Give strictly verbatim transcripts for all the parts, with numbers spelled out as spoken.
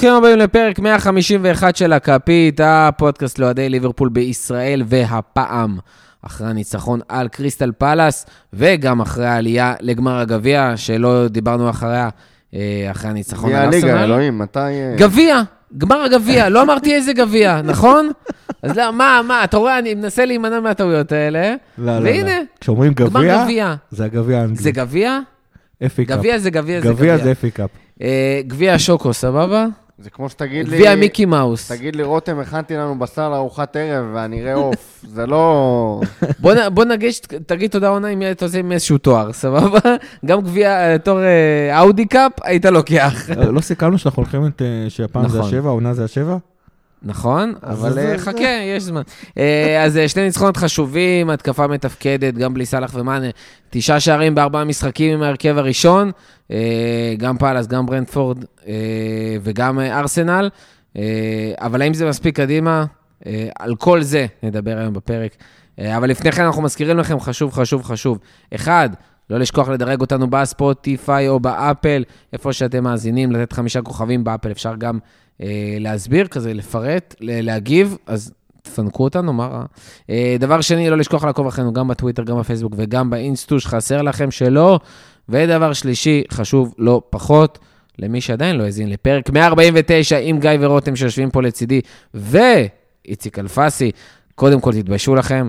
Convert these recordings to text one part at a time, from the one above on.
ברוכים הבאים לפרק מאה חמישים ואחת של הכפית, הפודקאסט לאוהדי ליברפול בישראל, והפעם אחרי הניצחון על קריסטל פלאס, וגם אחרי העלייה לגמר הגביע, שלא דיברנו אחריה, אחרי הניצחון על ארסנל. הליגה, אלוהים, מתי... גביע, גמר הגביע, לא אמרתי איזה גביע, נכון? אז לא, מה, מה, אתה רואה, אני מנסה להימנע מהטעויות האלה, והנה, כשאומרים גמר גביע. זה הגביע האנגלי. זה גביע? אפי קאפ. גביע זה גביע זה גביע. גביע זה אפי קאפ. גביע השוקו, סבבה? זה כמו שתגיד לי... גביע מיקי מאוס. תגיד לי, רותם, הכנתי לנו בשר לארוחת ערב, ואני אראה אוף. זה לא... בוא נגש, תגיד תודה עונה אם אתה עושה עם איזשהו תואר, סבבה? גם גביע, תואר אאודי קאפ, היית לוקח. לא סיכמנו שאנחנו הולכים את שהפעם זה השבע, העונה זה השבע? נכון, אבל חכה, יש זמן. אז שני ניצחונות חשובים, התקפה מתפקדת, גם בלי סלאח ומאנה, תשעה שערים בארבעה משחקים עם ההרכב הראשון, גם פאלאס, גם ברנטפורד וגם ארסנל, אבל האם זה מספיק קדימה? על כל זה נדבר היום בפרק. אבל לפני כן אנחנו מזכירים לכם, חשוב, חשוב, חשוב. אחד, לא לשכוח לדרג אותנו בספוטיפיי או באפל, איפה שאתם מאזינים, לתת חמישה כוכבים באפל, אפשר גם להסביר, כזה לפרט, להגיב, אז תפנקו אותנו, מה רע? דבר שני, לא לשכוח לעקוב אחרינו גם בטוויטר, גם בפייסבוק וגם באינסטוש, חסר לכם שלא. ודבר שלישי, חשוב לא פחות, למי שעדיין לא הזין לפרק מאה ארבעים ותשע עם גיא ורותם שיושבים פה לצידי, ואיציק אלפסי, קודם כל תתביישו לכם,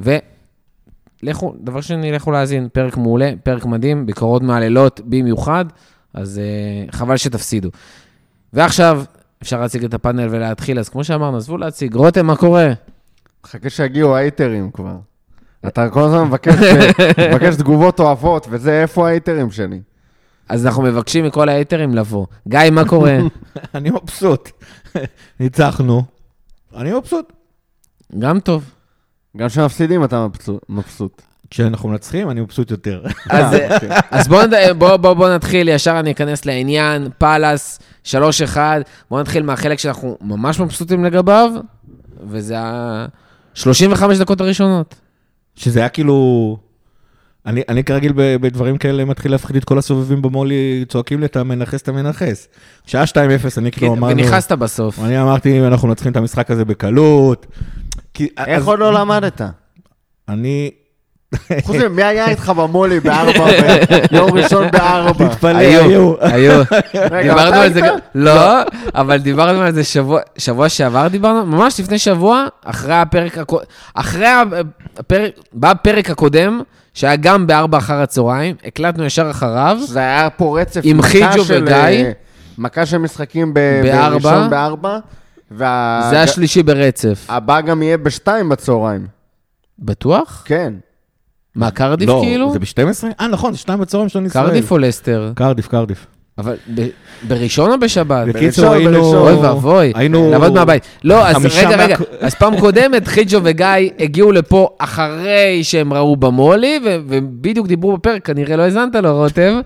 ולכו, דבר שני, לכו להזין, פרק מעולה, פרק מדהים, ביקורות מהלילות במיוחד, אז חבל שתפסידו. ועכשיו, אפשר להציג את הפאנל ולהתחיל, אז כמו שאמרנו, עזבו להציג. רותם, מה קורה? חכה שהגיעו האייטרים כבר. אתה כל הזמן מבקש תגובות אוהבות, וזה איפה האייטרים שלי. אז אנחנו מבקשים מכל האייטרים לבוא. גיא, מה קורה? אני מבסוט. ניצחנו. אני מבסוט. גם טוב. גם כשמפסידים אתה מבסוט. כשאנחנו מנצחים, אני מבסוט יותר. אז בואו נתחיל, ישר אני אכנס לעניין, פאלאס, שלוש אחד, בואו נתחיל מהחלק שאנחנו ממש מבסוטים לגביו, וזה ה-שלושים וחמש דקות הראשונות. שזה היה כאילו, אני, אני כרגיל בדברים כאלה מתחיל להפחיד את כל הסובבים במולי, צועקים לי, אתה מנחס, אתה מנחס. שעה שתיים אפס, אני כאילו אמרנו... וניחסת בסוף. אני אמרתי, אנחנו נצחים את המשחק הזה בקלות. איך עוד לא למדת? אני... חוץ מי היה איתך במולי בארבע, ביום ראשון בארבע? תתפלא, היו. היו. דיברנו על זה, לא, אבל דיברנו על זה שבוע שעבר, דיברנו, ממש לפני שבוע, אחרי הפרק, אחרי הפרק, בפרק הקודם, שהיה גם בארבע אחר הצהריים, הקלטנו ישר אחריו. זה היה פה רצף. עם חיג'ו וגיא. מכה של משחקים בראשון בארבע. זה השלישי ברצף. הבא גם יהיה בשתיים בצהריים. בטוח? כן. מה, קרדיף כאילו? לא, זה ב-שתים עשרה? אה, נכון, זה שתיים בצהריים של ישראל. קרדיף או לסטר? קרדיף, קרדיף. אבל בראשון או בשבת? בקיצור, היינו... אוי ואבוי, היינו... לעבוד מהבית. לא, אז רגע, רגע, אז פעם קודמת, חיג'ו וגיא הגיעו לפה אחרי שהם ראו במולי, ובדיוק דיברו בפרק, כנראה לא הזנת לו, רותם,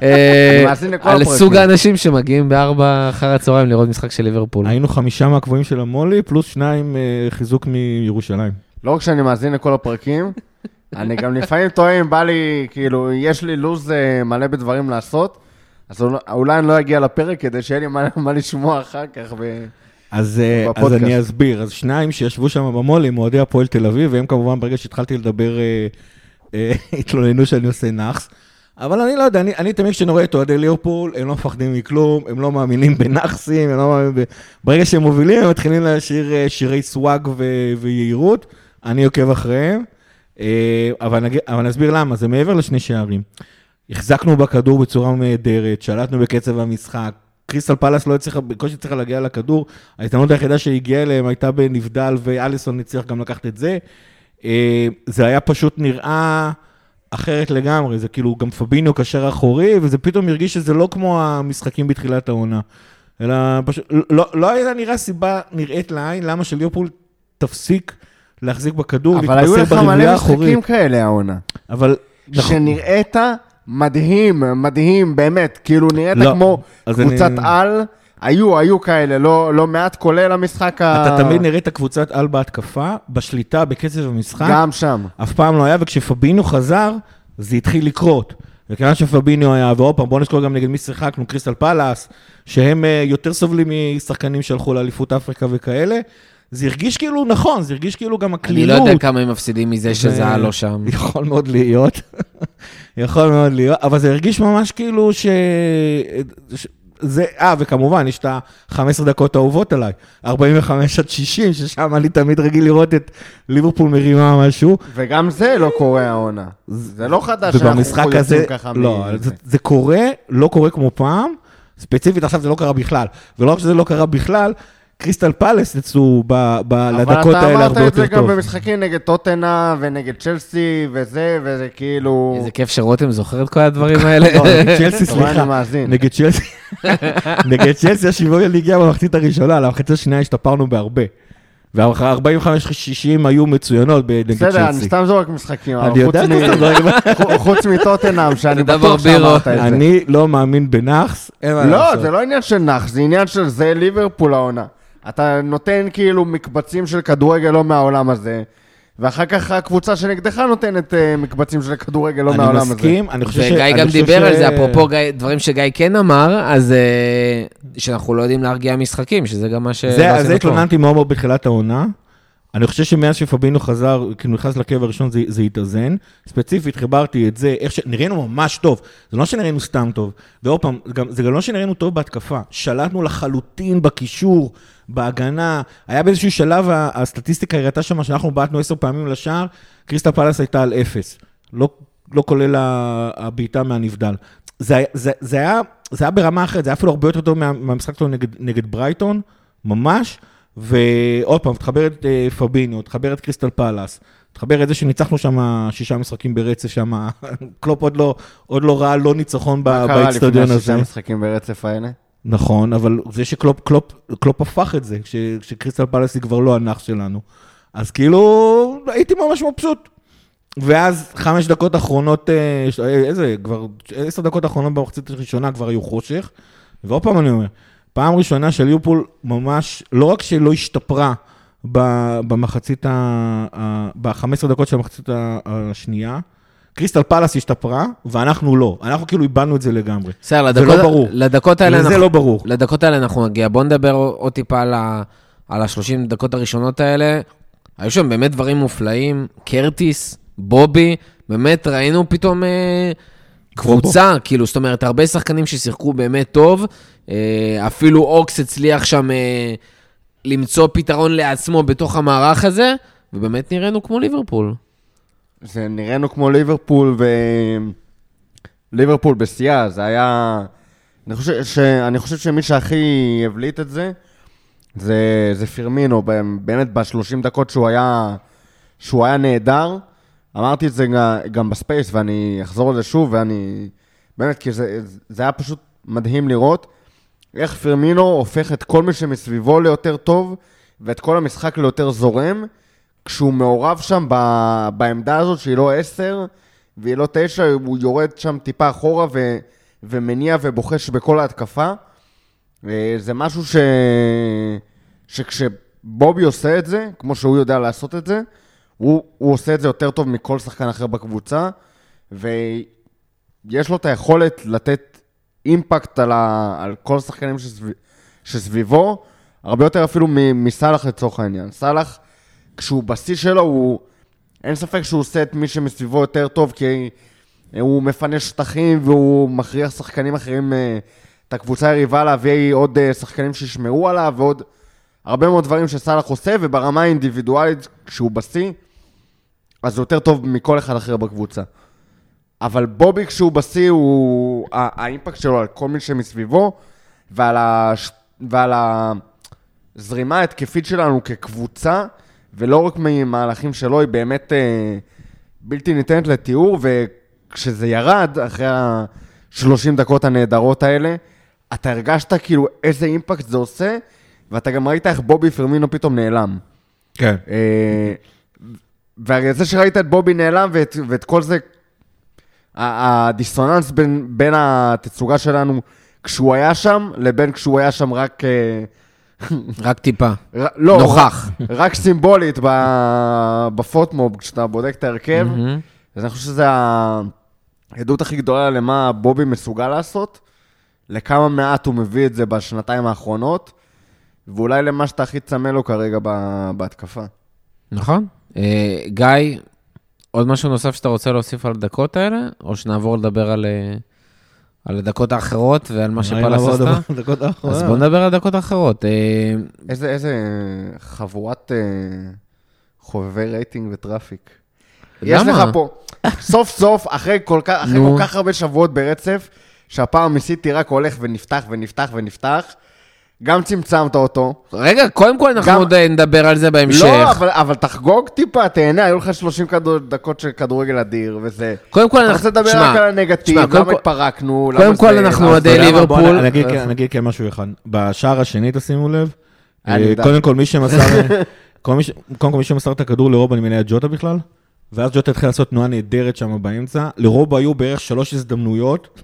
על סוג האנשים שמגיעים בארבע אחר הצהריים לראות משחק של ליברפול. היינו חמישה מהקבועים של המולי, פלוס שניים חיזוק מירושלים. לא רק שאני מאזין לכל הפרקים, אני גם לפעמים טועה אם בא לי, כאילו, יש לי לוז מלא בדברים לעשות, אז אולי אני לא אגיע לפרק כדי שיהיה לי מה, מה לשמוע אחר כך ב... אז, אז אני אסביר. אז שניים שישבו שם במולי, מועדי הפועל תל אביב, והם כמובן ברגע שהתחלתי לדבר, אה, אה, התלוננו שאני עושה נחס. אבל אני לא יודע, אני, אני תמיד כשאני רואה את אוהדי ליברפול, הם לא מפחדים מכלום, הם לא מאמינים בנחסים, הם לא מאמינים ב... ברגע שהם מובילים, הם מתחילים לשיר שירי סוואג ו- ויהירות, אני עוקב אחריהם. אבל נסביר למה, זה מעבר לשני שערים. החזקנו בכדור בצורה נהדרת, שלטנו בקצב המשחק, קריסטל פלאס לא הצליחה, בקושי צריכה להגיע לכדור, ההזדמנות היחידה שהגיעה אליהם הייתה בנבדל, ואליסון הצליח גם לקחת את זה. זה היה פשוט נראה אחרת לגמרי, זה כאילו גם פביניו קשר אחורי, וזה פתאום הרגיש שזה לא כמו המשחקים בתחילת העונה, אלא פשוט, לא, לא הייתה נראה סיבה נראית לעין, למה שליברפול תפסיק להחזיק בכדור, אבל היו לך מלא משחקים כאלה העונה. אבל... שנראית מדהים, מדהים, באמת, כאילו נראית כמו קבוצת על, היו, היו כאלה, לא מעט כולל המשחק ה... אתה תמיד נראית קבוצת על בהתקפה, בשליטה, בקצב המשחק. גם שם. אף פעם לא היה, וכשפבינו חזר, זה התחיל לקרות. וכיוון שפביניו היה, ועוד פעם, בואו נזכור גם נגד מי שיחקנו, קריסטל פלאס, שהם יותר סובלים משחקנים שהלכו לאליפות אפריקה וכאלה, זה הרגיש כאילו נכון, זה הרגיש כאילו גם הקלילות. אני לא יודע כמה הם מפסידים מזה שזה היה לא שם. יכול מאוד להיות, יכול מאוד להיות, אבל זה הרגיש ממש כאילו ש... זה, אה, וכמובן, יש את ה-חמש עשרה דקות האהובות עליי, ארבעים וחמש עד שישים, ששם אני תמיד רגיל לראות את ליברפול מרימה משהו. וגם זה לא קורה העונה. זה לא חדש שאנחנו יוצאים ככה. לא, זה, זה קורה, לא קורה כמו פעם, ספציפית עכשיו זה לא קרה בכלל, ולא רק שזה לא קרה בכלל, קריסטל פלאס יצאו לדקות האלה הרבה יותר טוב. אבל אתה אמרת את זה גם במשחקים נגד טוטנה ונגד צ'לסי וזה, וזה כאילו... איזה כיף שרותם זוכר את כל הדברים האלה. לא, נגד צ'לסי, סליחה. נגד צ'לסי. נגד צ'לסי השיווי הגיע במחצית הראשונה, למחצית השנייה השתפרנו בהרבה. וה-ארבעים וחמש שישים היו מצוינות נגד צ'לסי. בסדר, אני סתם זורק משחקים. אני יודע, חוץ מטוטנאם, שאני בטוח שאמרת את זה. אני לא מאמין בנחס. לא, זה לא עניין של נחס, זה עניין של זה ליברפול העונה. אתה נותן כאילו מקבצים של כדורגל לא מהעולם הזה, ואחר כך הקבוצה שנגדך נותנת מקבצים של כדורגל לא מהעולם הזה. אני מסכים, אני חושב ש... וגיא גם דיבר על זה, אפרופו דברים שגיא כן אמר, אז שאנחנו לא יודעים להרגיע משחקים, שזה גם מה ש... זה התלוננתי מאוד מאוד בתחילת העונה, אני חושב שמאז שפבינו חזר, כי הוא נכנס לקו הראשון, זה, זה יתאזן. ספציפית, חיברתי את זה, איך ש... נראינו ממש טוב. זה לא שנראינו סתם טוב. ועוד פעם, גם, זה גם לא שנראינו טוב בהתקפה. שלטנו לחלוטין בקישור, בהגנה. היה באיזשהו שלב, הסטטיסטיקה הראתה שם, שאנחנו בעטנו עשר פעמים לשער, קריסטל פלאס הייתה על אפס. לא, לא כולל הבעיטה מהנבדל. זה, זה, זה, היה, זה היה ברמה אחרת, זה היה אפילו הרבה יותר טוב מה, מהמשחק שלו נגד, נגד ברייטון, ממש. ועוד פעם, תחבר את פביניו, תחבר את קריסטל פלאס, תחבר את זה שניצחנו שם שישה משחקים ברצף שם, קלופ עוד לא, עוד לא ראה, לא ניצחון באצטדיון הזה. מה קרה לפני שישה משחקים ברצף האלה? נכון, אבל זה שקלופ קלופ, קלופ הפך את זה, שקריסטל פלאס היא כבר לא הנח שלנו. אז כאילו, הייתי ממש מבסוט. ואז חמש דקות אחרונות, איזה, כבר עשר דקות אחרונות במחצית הראשונה כבר היו חושך, ועוד פעם אני אומר, פעם ראשונה של ליברפול ממש, לא רק שלא השתפרה במחצית, ב-חמש עשרה דקות של המחצית השנייה, קריסטל פלאס השתפרה, ואנחנו לא. אנחנו כאילו איבדנו את זה לגמרי. בסדר, זה לא ברור. לדקות האלה זה לא ברור. לדקות האלה אנחנו נגיע. בוא נדבר עוד טיפה על ה-שלושים דקות הראשונות האלה. היו שם באמת דברים מופלאים, קרטיס, בובי, באמת ראינו פתאום... קבוצה, כאילו, זאת אומרת, הרבה שחקנים ששיחקו באמת טוב, אפילו אוקס הצליח שם למצוא פתרון לעצמו בתוך המערך הזה, ובאמת נראינו כמו ליברפול. זה נראינו כמו ליברפול, וליברפול בשיאה, זה היה... אני חושב, ש... אני חושב שמי שהכי הבליט את זה, זה, זה פירמינו, באמת ב-שלושים דקות שהוא היה, שהוא היה נהדר, אמרתי את זה גם בספייס, ואני אחזור על זה שוב, ואני... באמת, כי זה, זה היה פשוט מדהים לראות איך פירמינו הופך את כל מי שמסביבו ליותר טוב, ואת כל המשחק ליותר זורם, כשהוא מעורב שם ב, בעמדה הזאת, שהיא לא עשר, והיא לא תשע, הוא יורד שם טיפה אחורה, ו, ומניע ובוחש בכל ההתקפה. זה משהו ש... שכשבובי עושה את זה, כמו שהוא יודע לעשות את זה, הוא, הוא עושה את זה יותר טוב מכל שחקן אחר בקבוצה, ויש לו את היכולת לתת אימפקט על, ה, על כל השחקנים שסביב, שסביבו, הרבה יותר אפילו מסלח לצורך העניין. סלח, כשהוא בשיא שלו, הוא, אין ספק שהוא עושה את מי שמסביבו יותר טוב, כי הוא מפנה שטחים והוא מכריח שחקנים אחרים את הקבוצה היריבה להביא עוד שחקנים שישמרו עליו, ועוד הרבה מאוד דברים שסלח עושה, וברמה האינדיבידואלית, כשהוא בשיא, אז זה יותר טוב מכל אחד אחר בקבוצה. אבל בובי כשהוא בשיא, הוא... האימפקט שלו על כל מי שמסביבו, ועל, ה... ועל הזרימה התקפית שלנו כקבוצה, ולא רק ממהלכים שלו, היא באמת אה, בלתי ניתנת לתיאור, וכשזה ירד, אחרי ה-שלושים דקות הנהדרות האלה, אתה הרגשת כאילו איזה אימפקט זה עושה, ואתה גם ראית איך בובי פרמינו פתאום נעלם. כן. אה, וזה שראית את בובי נעלם, ואת, ואת כל זה, הדיסוננס בין, בין התצוגה שלנו, כשהוא היה שם, לבין כשהוא היה שם רק... רק טיפה. ר, לא, נוכח. רק, רק סימבולית בפוטמוב, כשאתה בודק את ההרכב, mm-hmm. אז אני חושב שזה ה... העדות הכי גדולה למה בובי מסוגל לעשות, לכמה מעט הוא מביא את זה בשנתיים האחרונות, ואולי למה שאתה הכי צמא לו כרגע בהתקפה. נכון. גיא, עוד משהו נוסף שאתה רוצה להוסיף על הדקות האלה, או שנעבור לדבר על, על הדקות האחרות ועל מה שפלס עשתה? אז בוא נדבר על הדקות האחרות. איזה, איזה חבורת חובבי רייטינג וטראפיק. יש לך פה, סוף סוף, אחרי כל כך, אחרי כל כך הרבה שבועות ברצף, שהפעם מסיטי רק הולך ונפתח ונפתח ונפתח, גם צמצמת אותו. רגע, קודם כל אנחנו עוד נדבר על זה בהמשך. לא, אבל, אבל תחגוג טיפה, תהנה, היו לך שלושים דקות של כדורגל אדיר, וזה. קודם כל, אתה רוצה לדבר רק על הנגטיב, למה התפרקנו, קודם כל אנחנו עדי ליברפול. אני אגיד כאן משהו אחד. בשער השני, תשימו לב, קודם כל מי שמסר, קודם כל מי שמסר את הכדור לרוב, אני מניע את ג'וטה בכלל, ואז ג'וטה התחיל לעשות תנועה נהדרת שם באמצע, לרוב היו בערך שלוש הזדמנויות,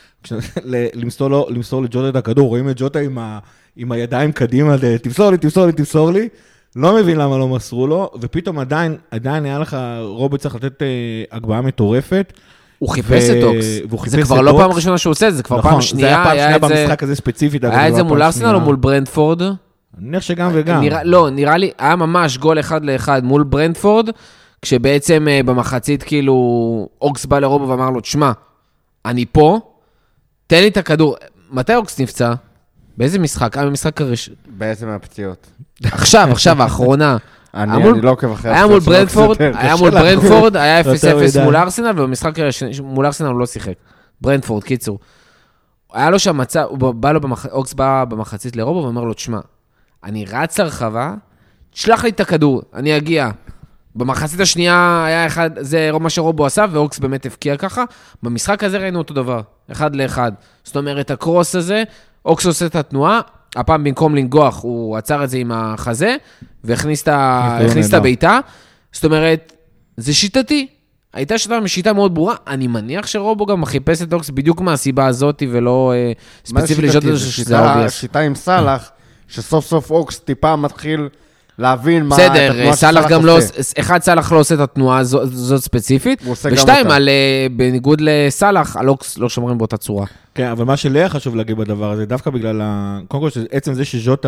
למסור לג'וטה את הכדור, רואים את ג'וטה עם ה... עם הידיים קדימה, תמסור לי, תמסור לי, תמסור לי, לא מבין למה לא מסרו לו, ופתאום עדיין, עדיין היה לך, רובי צריך לתת הגבהה מטורפת. הוא חיפש את אוקס, זה כבר לא פעם ראשונה שהוא עושה, זה כבר פעם שנייה. זה היה פעם שנייה במשחק הזה ספציפית. היה את זה מול ארסנל או מול ברנטפורד? אני נראה שגם וגם. לא, נראה לי, היה ממש גול אחד לאחד מול ברנטפורד, כשבעצם במחצית כאילו, אוקס בא לרובו ואמר לו, תשמע, אני פה, תן לי את הכדור. מתי אוקס נפצע? באיזה משחק? היה במשחק הראשון. באיזה מהפציעות? עכשיו, עכשיו, האחרונה. אני לא עוקב אחרי היה מול ברנטפורד, היה מול ברנטפורד, היה אפס אפס מול ארסנל, ובמשחק מול ארסנל הוא לא שיחק. ברנטפורד, קיצור. היה לו שם מצא, אוקס בא במחצית לרובו, ואומר לו, תשמע, אני רץ לרחבה, תשלח לי את הכדור, אני אגיע. במחצית השנייה היה אחד, זה מה שרובו עשה, ואוקס באמת הפקיע ככה. במשחק הזה ראינו אותו דבר, אחד לאחד. זאת אומרת, הקרוס הזה, אוקס עושה את התנועה, הפעם במקום לנגוח, הוא עצר את זה עם החזה, והכניס את הביתה. זאת אומרת, זה שיטתי. הייתה שיטה משיטה מאוד ברורה. אני מניח שרובו גם חיפש את אוקס בדיוק מהסיבה הזאת, ולא ספציפית לשאול את זה שזה אובייס. שיטה עם סלח, שסוף סוף אוקס טיפה מתחיל להבין מה... בסדר, סלח גם לא... אחד, סלח לא עושה את התנועה הזאת ספציפית, ושתיים, בניגוד לסלח, על אוקס לא שומרים באותה צורה. כן, אבל מה שלי חשוב להגיד בדבר הזה, דווקא בגלל, קודם כל, עצם זה שז'וטה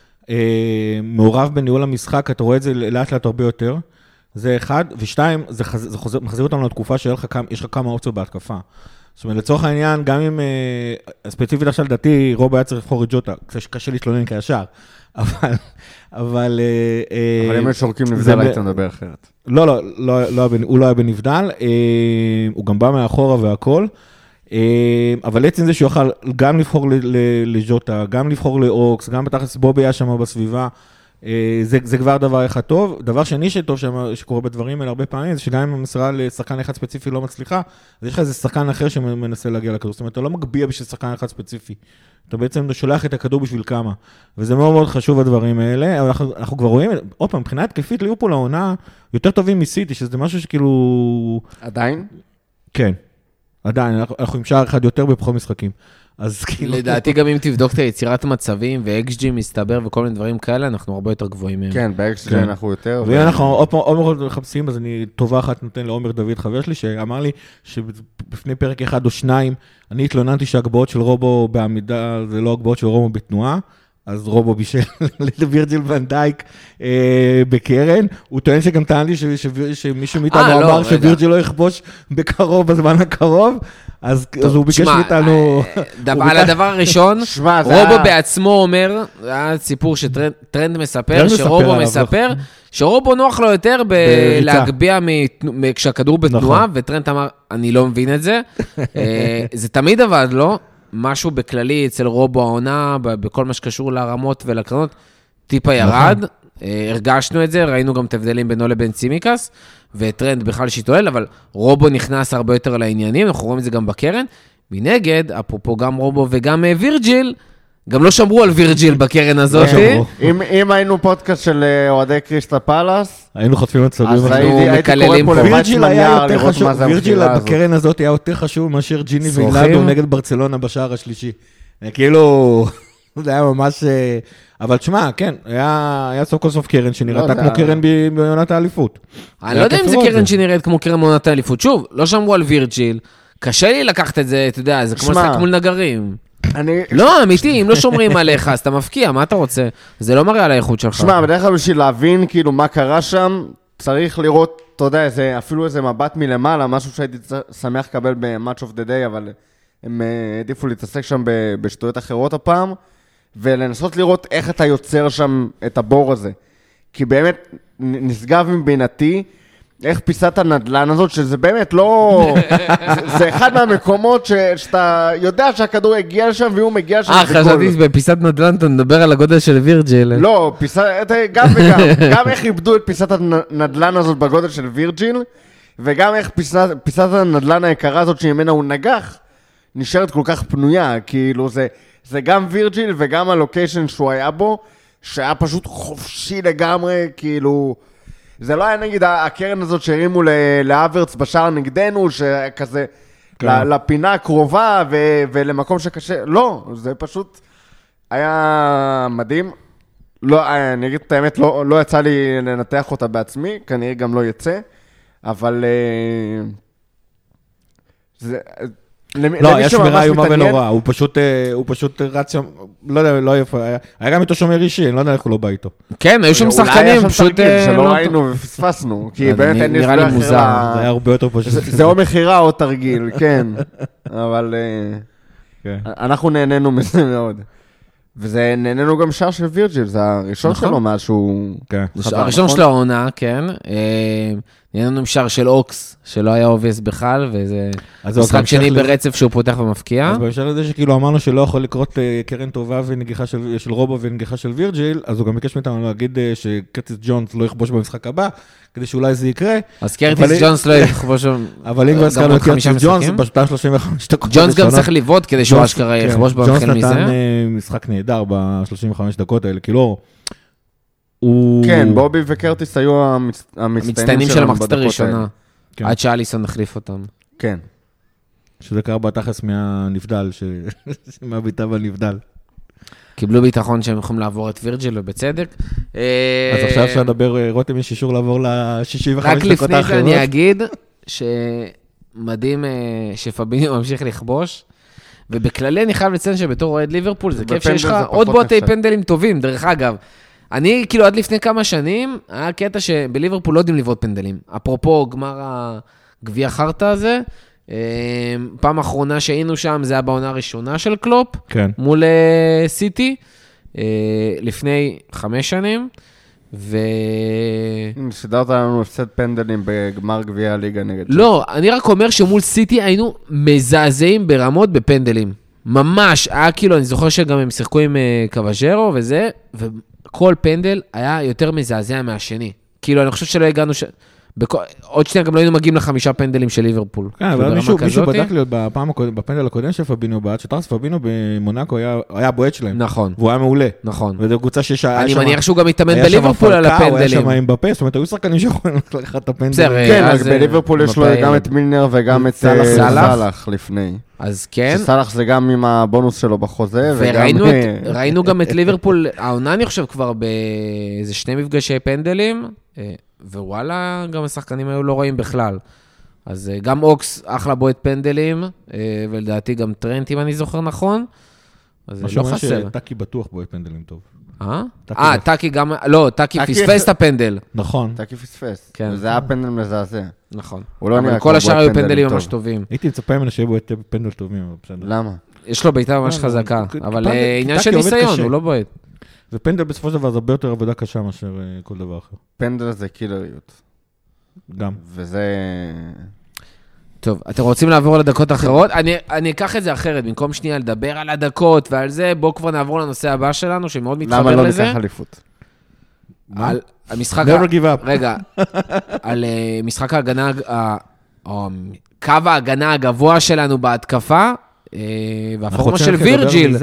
מעורב בניהול המשחק, אתה רואה את זה לאט לאט הרבה יותר, זה אחד, ושתיים, זה מחזיר אותנו לתקופה שיש לך כמה אופציות בהתקפה. זאת אומרת, לצורך העניין, גם אם, ספציפית עכשיו לדעתי, רוב היה צריך לבחור את ג'וטה, קשה להתלונן כישר, אבל... אבל... אבל אם שורקים נבדל, היית מדבר אחרת. לא, לא, הוא לא היה בנבדל, הוא גם בא מאחורה והכל, אבל עצם זה שהוא יוכל גם לבחור לג'וטה, גם לבחור לאוקס, גם בתכלס בובי היה שם בסביבה, זה, זה כבר דבר אחד טוב. דבר שני שטוב שקורה בדברים האלה הרבה פעמים, זה שגם אם המסרה לשחקן אחד ספציפי לא מצליחה, אז יש לך איזה שחקן אחר שמנסה להגיע לכדור. זאת אומרת, אתה לא מגביע בשביל שחקן אחד ספציפי. אתה בעצם שולח את הכדור בשביל כמה. וזה מאוד מאוד חשוב הדברים האלה, אבל אנחנו, אנחנו כבר רואים, עוד פעם, מבחינה התקפית ליברפול העונה יותר טובים מסיטי, שזה משהו שכאילו... עדיין? כן. עדיין, אנחנו, אנחנו עם שער אחד יותר בפחות משחקים. אז כאילו... לדעתי גם אם תבדוק את היצירת מצבים, ו-אקס ג'י מסתבר וכל מיני דברים כאלה, אנחנו הרבה יותר גבוהים מהם. כן, ב-אקס ג'י אנחנו יותר. ואנחנו עוד מאוד מחפשים, אז אני טובה אחת נותן לעומר דוד חבר שלי, שאמר לי שבפני פרק אחד או שניים, אני התלוננתי שהגבעות של רובו בעמידה, זה לא הגבעות של רובו בתנועה, אז רובו בישל לווירג'יל ון דייק בקרן, הוא טוען שגם טען לי שמישהו מאיתנו אמר שווירג'יל לא יכבוש בקרוב, בזמן הקרוב, אז הוא ביקש מאיתנו... על הדבר הראשון, רובו בעצמו אומר, זה היה סיפור שטרנד מספר, שרובו מספר, שרובו נוח לו יותר להגביע כשהכדור בתנועה, וטרנד אמר, אני לא מבין את זה, זה תמיד עבד לו, משהו בכללי אצל רובו העונה, בכל מה שקשור לרמות ולקרנות, טיפה ירד, הרגשנו את זה, ראינו גם את הבדלים בינו לבין צימיקס, וטרנד בכלל שיתועל, אבל רובו נכנס הרבה יותר לעניינים, אנחנו רואים את זה גם בקרן, מנגד, אפרופו גם רובו וגם וירג'יל, גם לא שמרו על וירג'יל בקרן הזאת. אם היינו פודקאסט של אוהדי קריסטל פלאס, היינו חוטפים מצבים, אז הייתי קורא פה לבית מנייר לראות מה זה וירג'יל בקרן הזאת היה יותר חשוב מאשר ג'יני ואילדו נגד ברצלונה בשער השלישי. כאילו, זה היה ממש... אבל תשמע, כן, היה סוף כל סוף קרן שנראתה כמו קרן בעונת האליפות. אני לא יודע אם זה קרן שנראית כמו קרן בעונת האליפות. שוב, לא שמרו על וירג'יל, קשה לי לקחת את זה, אתה יודע, זה כמו לשחק מול נגרים. אני... לא, אמיתי, אם לא שומרים עליך, אז אתה מפקיע, מה אתה רוצה? זה לא מראה על האיכות שלך. שמע, בדרך כלל בשביל להבין כאילו מה קרה שם, צריך לראות, אתה יודע, איזה, אפילו איזה מבט מלמעלה, משהו שהייתי שמח לקבל ב-Match of the Day, אבל הם העדיפו להתעסק שם בשטויות אחרות הפעם, ולנסות לראות איך אתה יוצר שם את הבור הזה. כי באמת נשגב מבינתי, איך פיסת הנדלן הזאת, שזה באמת לא... זה, זה אחד מהמקומות ש, שאתה יודע שהכדור הגיע לשם, והוא מגיע לשם. אה, חשבתי בפיסת נדלן, אתה מדבר על הגודל של וירג'יל. לא, פיסת, גם וגם. גם איך איבדו את פיסת הנדלן הזאת בגודל של וירג'יל, וגם איך פיסת, פיסת הנדלן היקרה הזאת שממנה הוא נגח, נשארת כל כך פנויה. כאילו זה, זה גם וירג'יל וגם הלוקיישן שהוא היה בו, שהיה פשוט חופשי לגמרי, כאילו... זה לא היה נגיד הקרן הזאת שהרימו לאברץ בשער נגדנו, שכזה לפינה הקרובה ולמקום שקשה, לא, זה פשוט היה מדהים. לא, אני אגיד את האמת, לא, לא יצא לי לנתח אותה בעצמי, כנראה גם לא יצא, אבל זה... לא, היה שמירה איומה ונורא, הוא פשוט, הוא פשוט רץ שם, לא יודע, לא יפה, היה גם איתו שומר אישי, אני לא יודע איך הוא לא בא איתו. כן, היו שם שחקנים, פשוט... שלא ראינו ופספסנו, כי באמת אין נראה לי מוזר. זה היה הרבה יותר פשוט. זה או מחירה או תרגיל, כן, אבל אנחנו נהנינו מזה מאוד. וזה נהנינו גם שער של וירג'יל, זה הראשון שלו משהו... הראשון של העונה, כן. נהנינו עם שער של אוקס, שלא היה אובייס בכלל, וזה משחק שני ברצף שהוא פותח ומפקיע. אז בהמשך לזה שכאילו אמרנו שלא יכול לקרות קרן טובה ונגיחה של רובו ונגיחה של וירג'יל, אז הוא גם ביקש מאיתנו להגיד שקרטיס ג'ונס לא יכבוש במשחק הבא, כדי שאולי זה יקרה. אז קרטיס ג'ונס לא יכבוש... אבל אם כבר הזכרנו את קרטיס ג'ונס, בשלוש שלושים וחמש דקות ג'ונס גם צריך לבעוט כדי שהוא אשכרה יכבוש במחל מזה. ג'ונס נתן משחק נהדר ב-שלושים וחמש דקות האלה, כאילו... כן, בובי וקרטיס היו המצטיינים של המחצית הראשונה, עד שאליסון נחליף אותם. כן. שזה קרה בתכלס מהנבדל, מהביטה בנבדל. קיבלו ביטחון שהם יכולים לעבור את וירג'יל ובצדק. אז עכשיו אפשר לדבר, רותם יש אישור לעבור ל-שישים וחמש דקות האחרות. רק לפני זה אני אגיד שמדהים שפביניו ממשיך לכבוש, ובכללי אני חייב לציין שבתור אוהד ליברפול, זה כיף שיש לך עוד בועטי פנדלים טובים, דרך אגב. אני, כאילו, עד לפני כמה שנים, היה קטע שבליברפול לא יודעים לבעוט פנדלים. אפרופו גמר הגביע חרטה הזה, פעם אחרונה שהיינו שם, זה היה בעונה הראשונה של קלופ, כן. מול סיטי, לפני חמש שנים, ו... סדרת לנו הפסד פנדלים בגמר גביע הליגה נגד... לא, אני רק אומר שמול סיטי היינו מזעזעים ברמות בפנדלים. ממש, היה כאילו, אני זוכר שגם הם שיחקו עם קוואז'רו וזה, וכל פנדל היה יותר מזעזע מהשני. כאילו, אני חושב שלא הגענו... ש... בכ... עוד שנייה גם לא היינו מגיעים לחמישה פנדלים של ליברפול. כן, אבל מישהו, מישהו בדק לי בפעם, בפנדל הקודם של פבינו בעד, שטרס פבינו במונאקו היה, היה בועט שלהם. נכון. והוא היה מעולה. נכון. וזו קבוצה שיש... אני מניח שהוא גם התאמן בליברפול על הפנדלים. היה שם עם בפה, זאת אומרת, היו שחקנים שיכולים לקחת את הפנדלים. כן, אז בליברפול יש לו גם את מילנר וגם את סלאח לפני. אז כן. שסלאח זה גם עם הבונוס שלו בחוזה. וראינו גם את ליברפול, העונה אני חושב כבר באיזה שני מפגשי פנדלים, ווואלה, גם השחקנים היו לא רואים בכלל. אז גם אוקס אחלה בועט פנדלים, ולדעתי גם טרנט, אם אני זוכר נכון. אז לא חסר. משהו אומר שטאקי בטוח בועט פנדלים טוב. אה? אה, טאקי גם, לא, טאקי פספס את הפנדל. נכון. טאקי פספס. וזה היה פנדל מזעזע. נכון. אבל כל השאר היו פנדלים ממש טובים. הייתי מצפה ממנו שיהיה בועט פנדל טובים. למה? יש לו בעיטה ממש חזקה. אבל עניין של ניסיון, הוא לא בועט. ופנדל בסופו של דבר זה הרבה יותר עבודה קשה מאשר כל דבר אחר. פנדל זה קילריות. גם. וזה... טוב, אתם רוצים לעבור לדקות אחרות? אני, אני אקח את זה אחרת, במקום שנייה לדבר על הדקות ועל זה, בואו כבר נעבור לנושא הבא שלנו, שמאוד מתחבר לזה. למה לא ניקח אליפות? על המשחק... Never give up. רגע, על uh, משחק ההגנה, uh, או קו ההגנה הגבוה שלנו בהתקפה, uh, והפורמה של וירג'יל.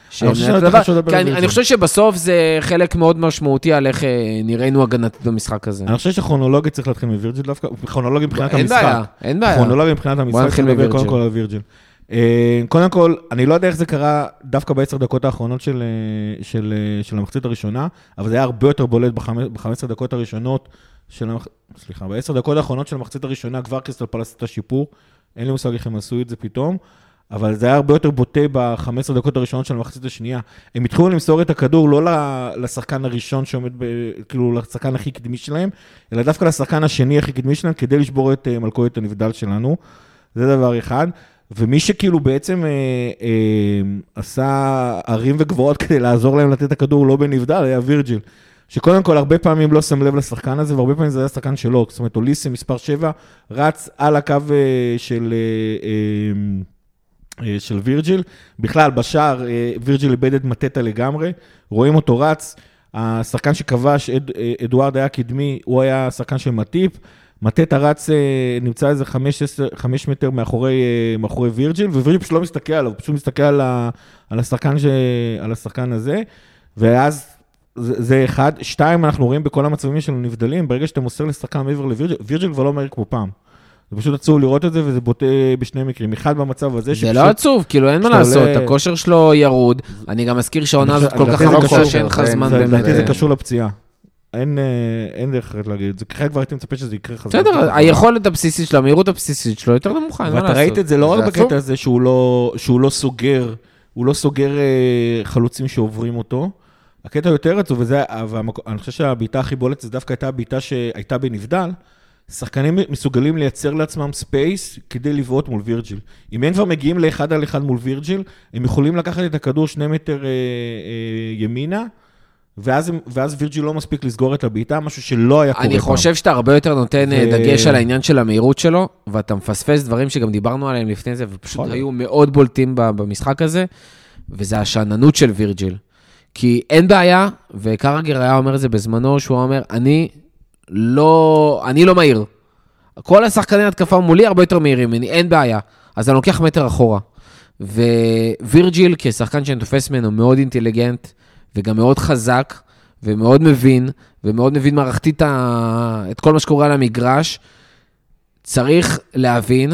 אני חושב שבסוף זה חלק מאוד משמעותי על איך נראינו הגנתית במשחק הזה. אני חושב שכרונולוגית צריך להתחיל מווירג'יל דווקא, כרונולוגית מבחינת המשחק. אין בעיה, אין בעיה. כרונולוגית מבחינת המשחק, קודם כל על וירג'יל. קודם כל, אני לא יודע איך זה קרה דווקא בעשר דקות האחרונות של המחצית הראשונה, אבל זה היה הרבה יותר בולט ב-חמש עשרה דקות הראשונות של, סליחה, בעשר דקות האחרונות של המחצית הראשונה, כבר קריסטל פלאס את השיפור, אין לי מושג איך הם עשו את זה פתאום, אבל זה היה הרבה יותר בוטה ב-חמש עשרה דקות הראשונות של המחצית השנייה. הם התחילו למסור את הכדור לא לשחקן הראשון שעומד, כאילו לשחקן הכי קדמי שלהם, אלא דווקא לשחקן השני הכי קדמי שלהם, כדי לשבור את מלכודת הנבדל שלנו. זה דבר אחד. ומי שכאילו בעצם אה, אה, עשה ערים וגבוהות כדי לעזור להם לתת את הכדור לא בנבדל, היה וירג'יל. שקודם כל הרבה פעמים לא שם לב לשחקן הזה, והרבה פעמים זה היה שחקן שלו. זאת אומרת, אוליסה מספר שבע, רץ על הקו אה, של... אה, אה, של וירג'יל, בכלל בשער וירג'יל איבד את מטטה לגמרי, רואים אותו רץ, השחקן שכבש, אד, אדוארד היה קדמי, הוא היה שחקן של מטיפ, מטטה רץ, נמצא איזה חמש מטר מאחורי, מאחורי וירג'יל, ווירג'יל פשוט לא מסתכל עליו, הוא פשוט מסתכל על, ה, על, השחקן ש, על השחקן הזה, ואז זה, זה אחד, שתיים, אנחנו רואים בכל המצבים שלנו נבדלים, ברגע שאתה מוסר לשחקן מעבר לווירג'יל, וירג'יל כבר לא מהיר כמו פעם. זה פשוט עצוב לראות את זה, וזה בוטה בשני מקרים. אחד במצב הזה זה לא עצוב, כאילו אין מה לעשות, הכושר שלו ירוד. אני גם מזכיר שהעונה הזאת כל כך ארוכה שאין לך זמן באמת. זה קשור לפציעה. אין דרך אחרת להגיד את זה. ככה כבר הייתי מצפה שזה יקרה חזק. בסדר, היכולת הבסיסית שלו, המהירות הבסיסית שלו יותר נמוכה, אין מה לעשות. ואתה ראית את זה לא רק בקטע הזה שהוא לא סוגר, הוא לא סוגר חלוצים שעוברים אותו. הקטע יותר עצוב, ואני חושב שהביתה הכי בולט זה דווקא הייתה הביתה שהייתה בנבדל, שחקנים מסוגלים לייצר לעצמם ספייס כדי לבעוט מול וירג'יל. אם הם כבר מגיעים לאחד על אחד מול וירג'יל, הם יכולים לקחת את הכדור שני מטר אה, אה, ימינה, ואז, ואז וירג'יל לא מספיק לסגור את הביתה, משהו שלא היה קורה פעם. אני חושב שאתה הרבה יותר נותן ו... דגש על העניין של המהירות שלו, ואתה מפספס דברים שגם דיברנו עליהם לפני זה, ופשוט היו מאוד בולטים במשחק הזה, וזה השעננות של וירג'יל. כי אין בעיה, וקרגר היה אומר את זה בזמנו, שהוא אומר, אני... לא, אני לא מהיר. כל השחקני התקפה מולי הרבה יותר מהירים, אני, אין בעיה. אז אני לוקח מטר אחורה. ווירג'יל, כשחקן שאני תופס ממנו, מאוד אינטליגנט, וגם מאוד חזק, ומאוד מבין, ומאוד מבין מערכתית את כל מה שקורה על המגרש, צריך להבין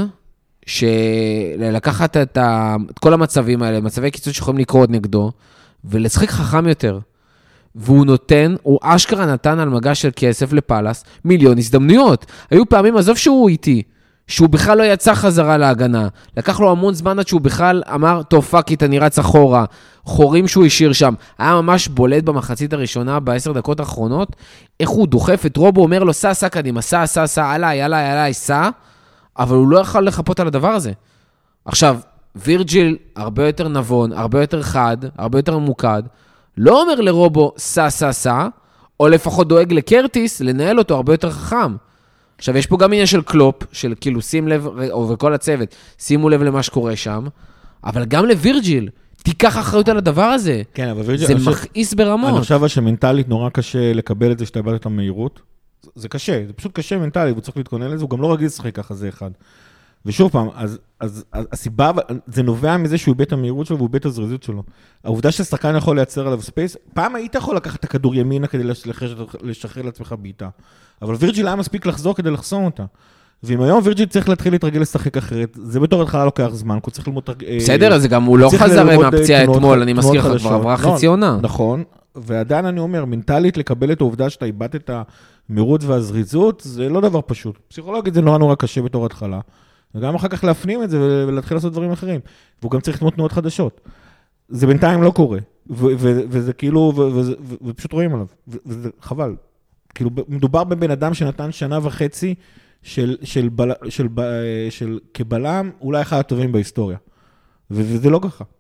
שלקחת את, ה, את כל המצבים האלה, מצבי קיצוץ שיכולים לקרות נגדו, ולשחק חכם יותר. והוא נותן, הוא אשכרה נתן על מגש של כסף לפלס מיליון הזדמנויות. היו פעמים, עזוב שהוא איתי, שהוא בכלל לא יצא חזרה להגנה. לקח לו המון זמן עד שהוא בכלל אמר, טוב פאקית, אני רץ אחורה. חורים שהוא השאיר שם. היה ממש בולט במחצית הראשונה, בעשר דקות האחרונות, איך הוא דוחף את רובו, אומר לו, סע, סע קדימה, סע, סע, סע, עליי, עליי, עליי, סע, אבל הוא לא יכול לחפות על הדבר הזה. עכשיו, וירג'יל הרבה יותר נבון, הרבה יותר חד, הרבה יותר ממוקד, לא אומר לרובו, סע, סע, סע, או לפחות דואג לקרטיס, לנהל אותו הרבה יותר חכם. עכשיו, יש פה גם עניין של קלופ, של כאילו, שים לב, וכל הצוות, שימו לב למה שקורה שם, אבל גם לווירג'יל, תיקח אחריות על הדבר הזה. כן, אבל וירג'יל... זה מכעיס ברמות. אני חושב שמנטלית נורא קשה לקבל את זה שאתה איבד את המהירות. זה קשה, זה פשוט קשה מנטלית, הוא צריך להתכונן לזה, הוא גם לא רגיל לשחק ככה, זה אחד. ושוב פעם, אז, אז, אז הסיבה, זה נובע מזה שהוא איבד את המהירות שלו, והוא איבד את הזריזות שלו. העובדה ששחקן יכול לייצר עליו ספייס, פעם היית יכול לקחת את הכדור ימינה כדי לשחרר לעצמך בעיטה. אבל וירג'יל היה מספיק לחזור כדי לחסום אותה. ואם היום וירג'יל צריך להתחיל להתרגל לשחק אחרת, זה בתור התחלה לוקח זמן, הוא צריך ללמוד... בסדר, אז גם הוא לא חזר מהפציעה אתמול, אני מזכיר לך, כבר עברה חצי עונה. נכון, ועדיין אני אומר, מנטלית לקבל את העובדה שאתה איבדת את המהירות והזריזות, זה לא דבר פשוט. פסיכולוגית זה נורא נורא קשה בתור התחלה. וגם אחר כך להפנים את זה ולהתחיל לעשות דברים אחרים. והוא גם צריך לתמות תנועות חדשות. זה בינתיים לא קורה. וזה כאילו, ופשוט רואים עליו. וזה חבל. כאילו, מדובר בבן אדם שנתן שנה וחצי של, של, של, של כבלם, אולי אחד הטובים בהיסטוריה. וזה לא ככה.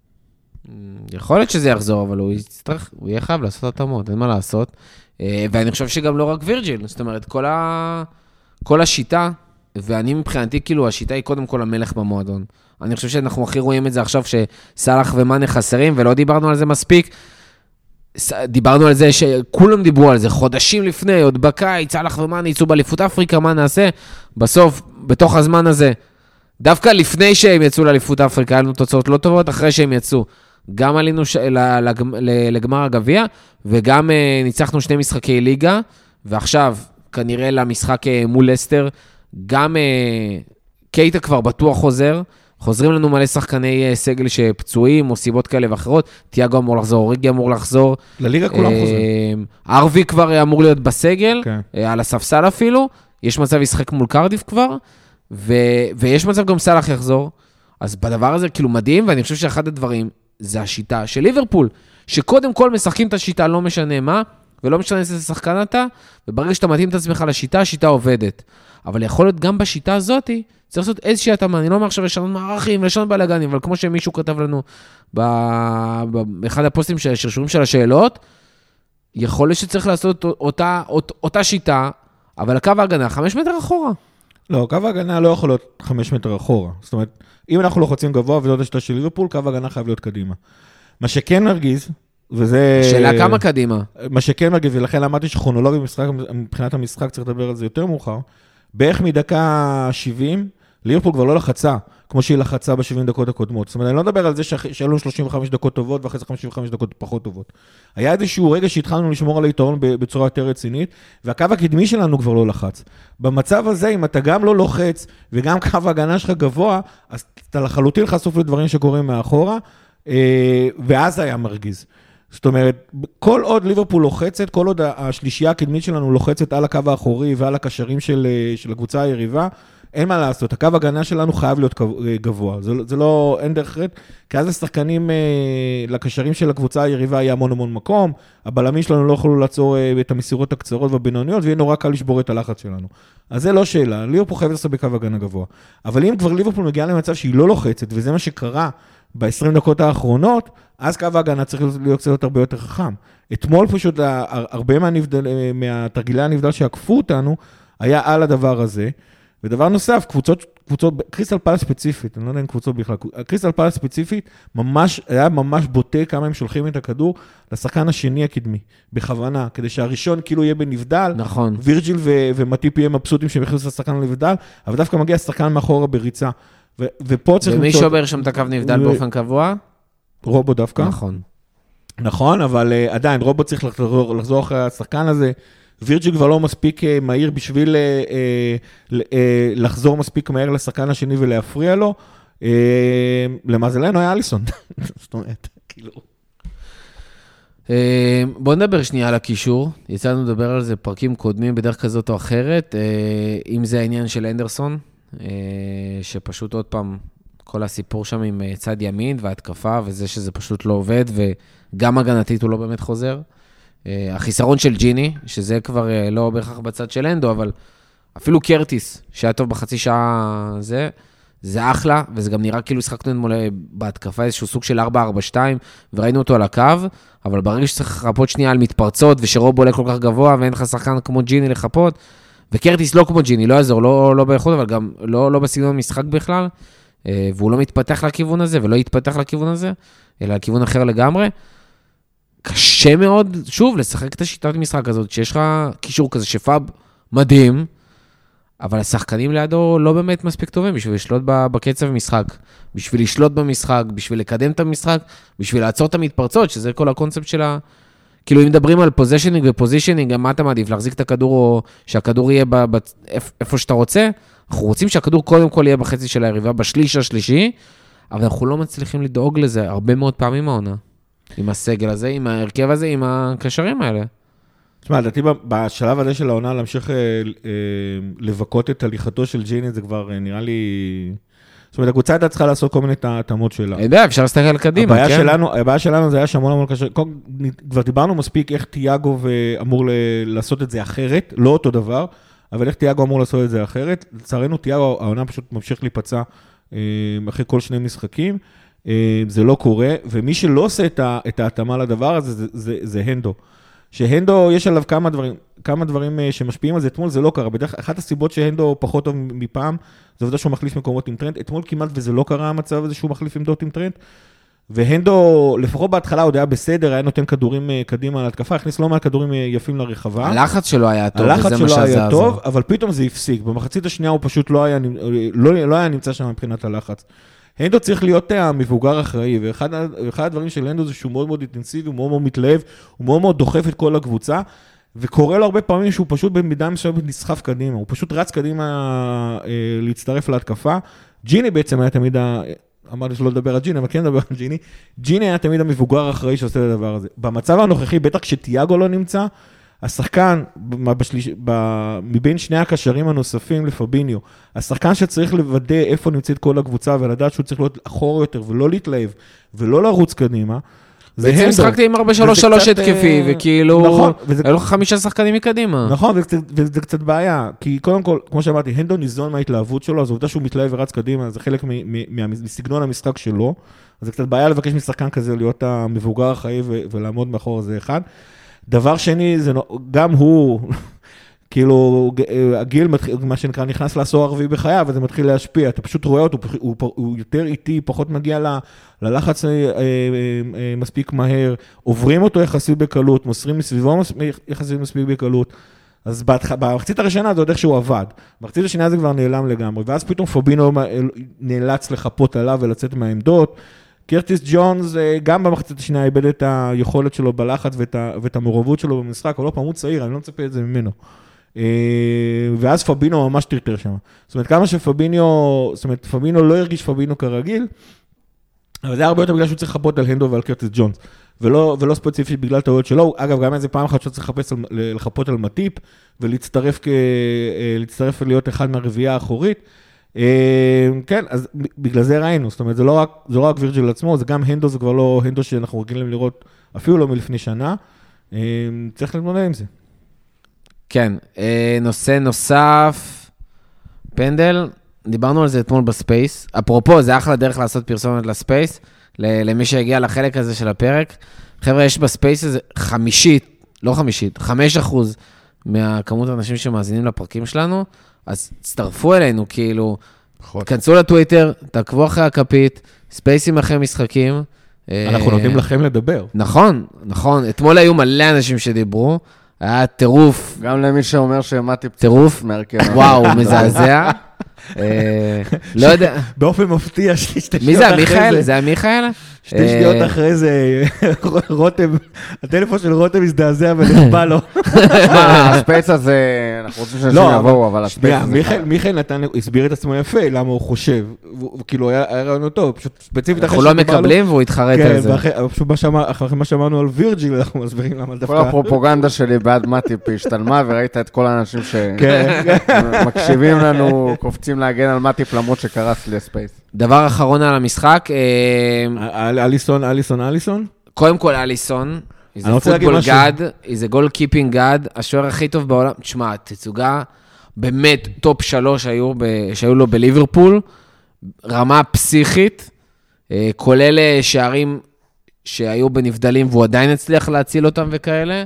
יכול להיות שזה יחזור, אבל הוא יצטרך, הוא יהיה חייב לעשות התאמות, אין מה לעשות. ואני חושב שגם לא רק וירג'יל, זאת אומרת, כל ה... כל השיטה, ואני מבחינתי, כאילו, השיטה היא קודם כל המלך במועדון. אני חושב שאנחנו הכי רואים את זה עכשיו, שסלח ומאנה חסרים, ולא דיברנו על זה מספיק. דיברנו על זה שכולם דיברו על זה, חודשים לפני, עוד בקיץ, סלח ומאנה יצאו באליפות אפריקה, מה נעשה? בסוף, בתוך הזמן הזה, דווקא לפני שהם יצאו לאליפות אפריקה, היה לנו תוצאות לא טובות, אחרי שהם יצאו. גם עלינו ש... לגמר הגביע, וגם ניצחנו שני משחקי ליגה, ועכשיו, כנראה למשחק מול לסטר, גם קייטה כבר בטוח חוזר, חוזרים לנו מלא שחקני סגל שפצועים, או סיבות כאלה ואחרות, תיאגו אמור לחזור, אוריגי אמור לחזור. לליגה כולם חוזרים. ארווי כבר אמור להיות בסגל, על הספסל אפילו, יש מצב ישחק מול קרדיף כבר, ו, ויש מצב גם סלאח יחזור, אז בדבר הזה כאילו מדהים, ואני חושב שאחד הדברים זה השיטה של ליברפול, שקודם כל משחקים את השיטה, לא משנה מה, ולא משנה איזה שחקן אתה, וברגע שאתה מתאים את עצמך לשיטה, השיטה עובדת. אבל יכול להיות גם בשיטה הזאת, צריך לעשות איזושהי התאמה, אני לא אומר עכשיו לשנות מערכים, לשנות בלגנים, אבל כמו שמישהו כתב לנו באחד הפוסטים של השרשורים של השאלות, יכול להיות שצריך לעשות אותה, אותה שיטה, אבל הקו ההגנה, חמש מטר אחורה. לא, קו ההגנה לא יכול להיות חמש מטר אחורה. זאת אומרת, אם אנחנו לוחצים גבוה, וזאת השיטה של ליברפול, קו ההגנה חייב להיות קדימה. מה שכן מרגיז, וזה... שאלה כמה קדימה. מה שכן מרגיז, ולכן אמרתי שכרונולוגי במשחק, מבחינת המשחק צריך לדבר על זה יותר מאוחר, בערך מדקה שבעים, ליברפול כבר לא לחצה, כמו שהיא לחצה ב-שבעים דקות הקודמות. זאת אומרת, אני לא מדבר על זה שהיו לנו שלושים וחמש דקות טובות, ואחרי זה חמישים וחמש דקות פחות טובות. היה איזשהו רגע שהתחלנו לשמור על היתרון בצורה יותר רצינית, והקו הקדמי שלנו כבר לא לחץ. במצב הזה, אם אתה גם לא לוחץ, וגם קו ההגנה שלך גבוה, אז אתה לחלוטין חשוף לדברים שקורים מאחורה, ואז היה מרגיז. זאת אומרת, כל עוד ליברפול לוחצת, כל עוד השלישייה הקדמית שלנו לוחצת על הקו האחורי ועל הקשרים של, של הקבוצה היריבה, אין מה לעשות, הקו הגנה שלנו חייב להיות גבוה, זה, זה לא, אין דרך אחרת, כי אז השחקנים לקשרים של הקבוצה היריבה היה המון המון מקום, הבלמים שלנו לא יכולו לעצור את המסירות הקצרות והבינוניות, ויהיה נורא קל לשבור את הלחץ שלנו. אז זה לא שאלה, ליברפול חייב לעשות בקו הגנה גבוה. אבל אם כבר ליברפול מגיעה למצב שהיא לא לוחצת, וזה מה שקרה ב-עשרים דקות האחרונות, אז קו ההגנה צריך להיות קצת הרבה יותר חכם. אתמול פשוט הרבה מהנבדל, מהתרגילי הנבדל שעקפו אותנו, היה על הדבר הזה. ודבר נוסף, קבוצות, קבוצות, קריסטל פלאס ספציפית, אני לא יודע אם קבוצות בכלל, קריסטל פלאס ספציפית, ממש, היה ממש בוטה כמה הם שולחים את הכדור לשחקן השני הקדמי, בכוונה, כדי שהראשון כאילו יהיה בנבדל, נכון. וירג'יל ו- ומטיפ יהיה מבסוטים שהם יכניסו לשחקן לנבדל, אבל דווקא מגיע שחקן מאחורה בריצה. ו- ופה צריך... ומי שובר שם את הקו נבדל ו- באופן קבוע? רובו דווקא. נכון. נכון, אבל uh, עדיין, רובו צריך לחזור, לחזור אחרי השחקן הזה, וירג'יל כבר לא מספיק מהיר בשביל לחזור מספיק מהר לשחקן השני ולהפריע לו. למזלנו היה אליסון. זאת אומרת, כאילו... בוא נדבר שנייה על הקישור. יצאנו לדבר על זה פרקים קודמים בדרך כזאת או אחרת. אם זה העניין של אנדרסון, שפשוט עוד פעם, כל הסיפור שם עם צד ימין וההתקפה, וזה שזה פשוט לא עובד, וגם הגנתית הוא לא באמת חוזר. החיסרון של ג'יני, שזה כבר לא בהכרח בצד של אנדו, אבל אפילו קרטיס, שהיה טוב בחצי שעה זה, זה אחלה, וזה גם נראה כאילו שחקנו אתמול בהתקפה איזשהו סוג של ארבע ארבע שתיים, וראינו אותו על הקו, אבל ברגע שצריך לחפות שנייה על מתפרצות, ושרוב עולה כל כך גבוה, ואין לך שחקן כמו ג'יני לחפות, וקרטיס לא כמו ג'יני, לא יעזור, לא, לא באיכות, אבל גם לא, לא בסגנון המשחק בכלל, והוא לא מתפתח לכיוון הזה, ולא יתפתח לכיוון הזה, אלא לכיוון אחר לגמרי. קשה מאוד, שוב, לשחק את השיטת משחק הזאת, שיש לך קישור כזה שפאב מדהים, אבל השחקנים לידו לא באמת מספיק טובים, בשביל לשלוט בקצב המשחק, בשביל לשלוט במשחק, בשביל לקדם את המשחק, בשביל לעצור את המתפרצות, שזה כל הקונספט שלה. כאילו, אם מדברים על פוזישנינג ופוזישנינג, מה אתה מעדיף? להחזיק את הכדור, או שהכדור יהיה איפה שאתה רוצה? אנחנו רוצים שהכדור קודם כל יהיה בחצי של היריבה, בשליש השלישי, אבל אנחנו לא מצליחים לדאוג לזה הרבה מאוד פעמים העונה. עם הסגל הזה, עם ההרכב הזה, עם הקשרים האלה. תשמע, לדעתי בשלב הזה של העונה, להמשיך לבקות את הליכתו של ג'יני, זה כבר נראה לי... זאת אומרת, הקבוצה הייתה צריכה לעשות כל מיני תאמות שלה. אני יודע, אפשר להסתכל קדימה, הבעיה שלנו, הבעיה שלנו זה היה שהמון המון קשר... כבר דיברנו מספיק איך תיאגו אמור לעשות את זה אחרת, לא אותו דבר, אבל איך תיאגו אמור לעשות את זה אחרת. לצערנו, תיאגו, העונה פשוט ממשיך להיפצע אחרי כל שני משחקים. זה לא קורה, ומי שלא עושה את ההתאמה לדבר הזה, זה, זה, זה הנדו. שהנדו, יש עליו כמה דברים, כמה דברים שמשפיעים על זה, אתמול זה לא קרה, בדרך, אחת הסיבות שהנדו פחות טוב מפעם, זה עובדה שהוא מחליף מקומות עם טרנד, אתמול כמעט וזה לא קרה המצב הזה שהוא מחליף עמדות עם טרנד, והנדו, לפחות בהתחלה עוד היה בסדר, היה נותן כדורים קדימה על התקפה, הכניס לא מעט כדורים יפים לרחבה. הלחץ שלו היה טוב, הלחץ שלו היה טוב, אבל פתאום זה הפסיק, במחצית השנייה הוא פשוט לא היה, לא, לא היה נמצא שם מבחינת הלחץ. הנדו צריך להיות המבוגר אחראי, ואחד הדברים של הנדו זה שהוא מאוד מאוד אינטנסיבי, הוא מאוד מאוד מתלהב, הוא מאוד מאוד דוחף את כל הקבוצה, וקורה לו הרבה פעמים שהוא פשוט במידה מסוימת נסחף קדימה, הוא פשוט רץ קדימה להצטרף להתקפה. ג'יני בעצם היה תמיד, אמרתי שלא לדבר על ג'יני, אבל כן לדבר על ג'יני, ג'יני היה תמיד המבוגר האחראי שעושה את הדבר הזה. במצב הנוכחי, בטח כשתיאגו לא נמצא, השחקן, מבין שני הקשרים הנוספים לפביניו, השחקן שצריך לוודא איפה נמצאת כל הקבוצה, ולדעת שהוא צריך להיות אחור יותר, ולא להתלהב, ולא לרוץ קדימה, בעצם משחקתי עם ארבע שלוש שלוש התקפי, וכאילו, היו לך חמישה שחקנים מקדימה. נכון, וזה קצת בעיה, כי קודם כל, כמו שאמרתי, הנדו ניזון מההתלהבות שלו, אז העובדה שהוא מתלהב ורץ קדימה, זה חלק מסגנון המשחק שלו, אז זה קצת בעיה לבקש משחקן כזה, להיות המבוגר החיים ולעמוד מאחור, זה אחד. דבר שני, גם הוא, כאילו, הגיל, מה שנקרא, נכנס לעשור הרביעי בחייו, וזה מתחיל להשפיע, אתה פשוט רואה אותו, הוא יותר איטי, פחות מגיע ללחץ מספיק מהר, עוברים אותו יחסית בקלות, מוסרים מסביבו יחסית מספיק בקלות, אז במחצית הראשונה זה עוד איך שהוא עבד, במחצית השנייה זה כבר נעלם לגמרי, ואז פתאום פובינו נאלץ לחפות עליו ולצאת מהעמדות, קרטיס ג'ונס, גם במחצית השנייה איבד את היכולת שלו בלחץ ואת המעורבות שלו במשחק, אבל לא פעם הוא צעיר, אני לא מצפה את זה ממנו. ואז פבינו ממש טרטר שם. זאת אומרת, כמה שפבינו, זאת אומרת, פבינו לא הרגיש פבינו כרגיל, אבל זה הרבה יותר בגלל שהוא צריך לחפות על הנדו ועל קרטיס ג'ונס, ולא, ולא ספציפית בגלל טעויות שלו. אגב, גם איזה פעם אחת שהוא צריך לחפש, לחפות על מטיפ, ולהצטרף כ, להצטרף להיות אחד מהרביעייה האחורית. כן, אז בגלל זה ראינו, זאת אומרת, זה לא רק, זה לא רק וירג'יל עצמו, זה גם הנדו, זה כבר לא הנדו שאנחנו רגילים לראות, אפילו לא מלפני שנה. צריך להתמודד עם זה. כן, נושא נוסף, פנדל, דיברנו על זה אתמול בספייס, אפרופו, זה אחלה דרך לעשות פרסומת לספייס, למי שהגיע לחלק הזה של הפרק, חבר'ה, יש בספייס הזה חמישית, לא חמישית, חמש אחוז מהכמות האנשים שמאזינים לפרקים שלנו, אז תצטרפו אלינו, כאילו, כנסו לטוויטר, תעקבו אחרי הכפית, ספייסים אחרי משחקים. אנחנו נותנים לכם לדבר. נכון, נכון, אתמול היו מלא אנשים שדיברו, היה טירוף. גם למי שאומר שמעתי טירוף, וואו, מזעזע. לא יודע. באופן מפתיע, שתי שניות אחרי זה. מי זה, המיכאל? זה המיכאל? שתי שניות אחרי זה, רותם, הטלפון של רותם הזדעזע ונחבא לו. הספייס הזה, אנחנו רוצים שאנשים יבואו, אבל הספייס הזה... מיכאל נתן, הסביר את עצמו יפה, למה הוא חושב, כאילו היה רעיון אותו, פשוט ספציפית אנחנו לא מקבלים והוא התחרט על זה. כן, פשוט אחרי מה שאמרנו על וירג'יל, אנחנו מסבירים למה דווקא... כל הפרופוגנדה שלי בעד מטיפ השתלמה, וראית את כל האנשים שמקשיבים לנו, קופצים להגן על מטיפ למרות שקרס לי הספייס. דבר אחרון על המשחק. אליסון, אליסון, אליסון? קודם כל אליסון. איזה פוטבול גד, איזה גול קיפינג גד, השוער הכי טוב בעולם. תשמע, תצוגה באמת טופ שלוש שהיו לו בליברפול, רמה פסיכית, כולל שערים שהיו בנבדלים, והוא עדיין הצליח להציל אותם וכאלה.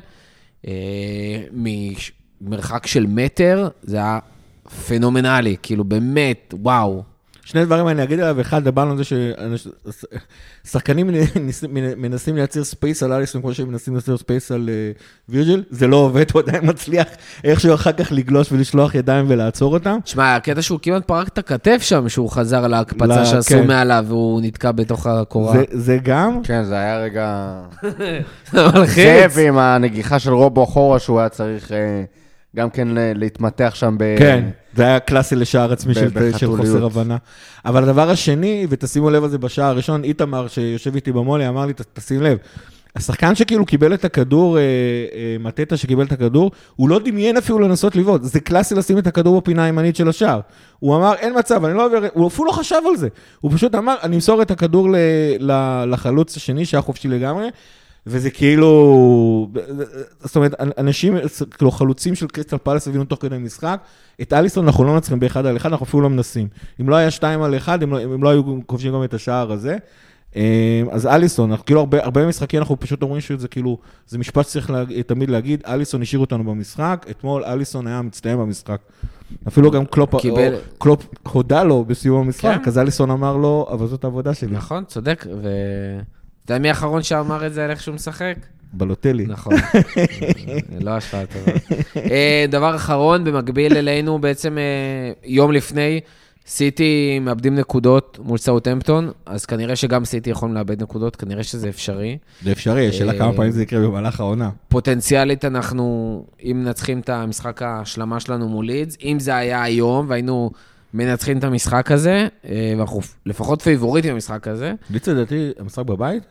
ממרחק של מטר, זה היה פנומנלי, כאילו באמת, וואו. שני דברים אני אגיד עליו, אחד, דברנו על זה ששחקנים מנסים לייצר ספייס על אליסון, כמו שהם מנסים לייצר ספייס על וירג'יל, זה לא עובד, הוא עדיין מצליח איכשהו אחר כך לגלוש ולשלוח ידיים ולעצור אותם. תשמע, הקטע שהוא כמעט פרק את הכתף שם, שהוא חזר להקפצה שעשו מעליו, והוא נתקע בתוך הקורה. זה גם? כן, זה היה רגע... זה ועם הנגיחה של רובו אחורה, שהוא היה צריך... גם כן להתמתח שם ב... כן, זה היה קלאסי לשער עצמי של, של חוסר הבנה. אבל הדבר השני, ותשימו לב על זה בשער הראשון, איתמר שיושב איתי במולי, אמר לי, תשים לב, השחקן שכאילו קיבל את הכדור, מטטה שקיבל את הכדור, הוא לא דמיין אפילו לנסות לבעוט, זה קלאסי לשים את הכדור בפינה הימנית של השער. הוא אמר, אין מצב, אני לא עובר, הוא אפילו לא חשב על זה. הוא פשוט אמר, אני אמסור את הכדור לחלוץ השני, שהיה חופשי לגמרי, וזה כאילו, זאת אומרת, אנשים, כאילו, חלוצים של קריסטל פלאס הבינו תוך כדי משחק, את אליסון אנחנו לא נצחים באחד על אחד, אנחנו אפילו לא מנסים. אם לא היה שתיים על אחד, הם לא, הם לא היו כובשים גם את השער הזה. אז אליסון, אנחנו, כאילו, הרבה, הרבה משחקים אנחנו פשוט אומרים שזה כאילו, זה משפט שצריך לה, תמיד להגיד, אליסון השאיר אותנו במשחק, אתמול אליסון היה מצטיין במשחק. אפילו גם קלופ, קיבל... או, קלופ הודע לו בסיום המשחק, כן. אז אליסון אמר לו, אבל זאת העבודה שלי. נכון, צודק, ו... אתה מי האחרון שאמר את זה על איך שהוא משחק? בלוטלי. נכון. לא השפעה טובה. דבר אחרון, במקביל אלינו, בעצם יום לפני, סיטי מאבדים נקודות מול סאות'המפטון, אז כנראה שגם סיטי יכולים לאבד נקודות, כנראה שזה אפשרי. זה אפשרי, שאלה כמה פעמים זה יקרה במהלך העונה. פוטנציאלית אנחנו, אם מנצחים את המשחק ההשלמה שלנו מול לידס, אם זה היה היום, והיינו... מנצחים את המשחק הזה, ואנחנו לפחות פייבוריטים במשחק הזה. לידס לדעתי, המשחק בבית?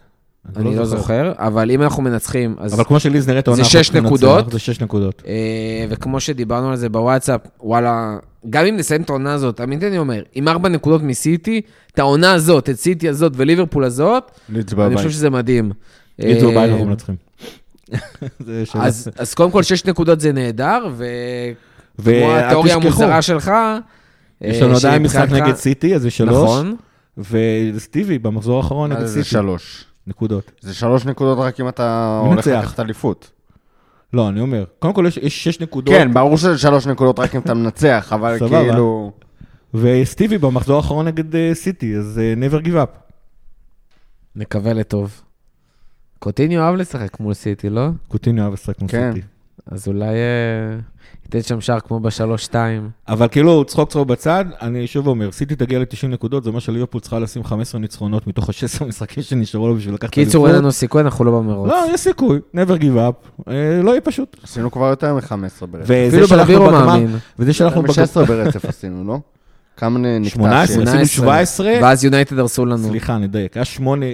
אני לא זוכר, אבל אם אנחנו מנצחים, אז אבל כמו שליז נראית העונה, זה שש נקודות. זה שש נקודות. וכמו שדיברנו על זה בוואטסאפ, וואלה, גם אם נסיים את העונה הזאת, אמיתי אני אומר, עם ארבע נקודות מסיטי, את העונה הזאת, את סיטי הזאת וליברפול הזאת, אני חושב שזה מדהים. לידס בבית אנחנו מנצחים. אז קודם כל שש נקודות זה נהדר, וכמו התיאוריה המוזרה שלך, יש לנו עדיין משחק נגד סיטי, אז זה שלוש. נכון. וסטיבי, במחזור האחרון נגד סיטי. זה שלוש. נקודות. זה שלוש נקודות רק אם אתה הולך לקחת אליפות. לא, אני אומר. קודם כל יש שש נקודות. כן, ברור שזה שלוש נקודות רק אם אתה מנצח, אבל כאילו... וסטיבי במחזור האחרון נגד סיטי, אז never give up. נקווה לטוב. קוטיניו אוהב לשחק מול סיטי, לא? קוטיניו אוהב לשחק מול סיטי. אז אולי ייתן שם שער כמו בשלוש שתיים. אבל כאילו, צחוק צחוק בצד, אני שוב אומר, סיטי תגיע ל-תשעים נקודות, זה מה שליברפול צריכה לשים חמש עשרה ניצחונות מתוך ה-שש עשרה משחקים שנשארו לו בשביל לקחת אליפות. קיצור, אין לנו סיכוי, אנחנו לא במרוץ. לא, יש סיכוי, never give up, לא יהיה פשוט. עשינו כבר יותר מ-חמש עשרה ברצף. אפילו בלבירו מאמין. וזה שאנחנו... שש עשרה ברצצף עשינו, לא? כמה נקטע? שמונה עשרה, עשינו שבע עשרה. ואז יונייטד הרסו לנו. סליחה, נדייק, היה שמונה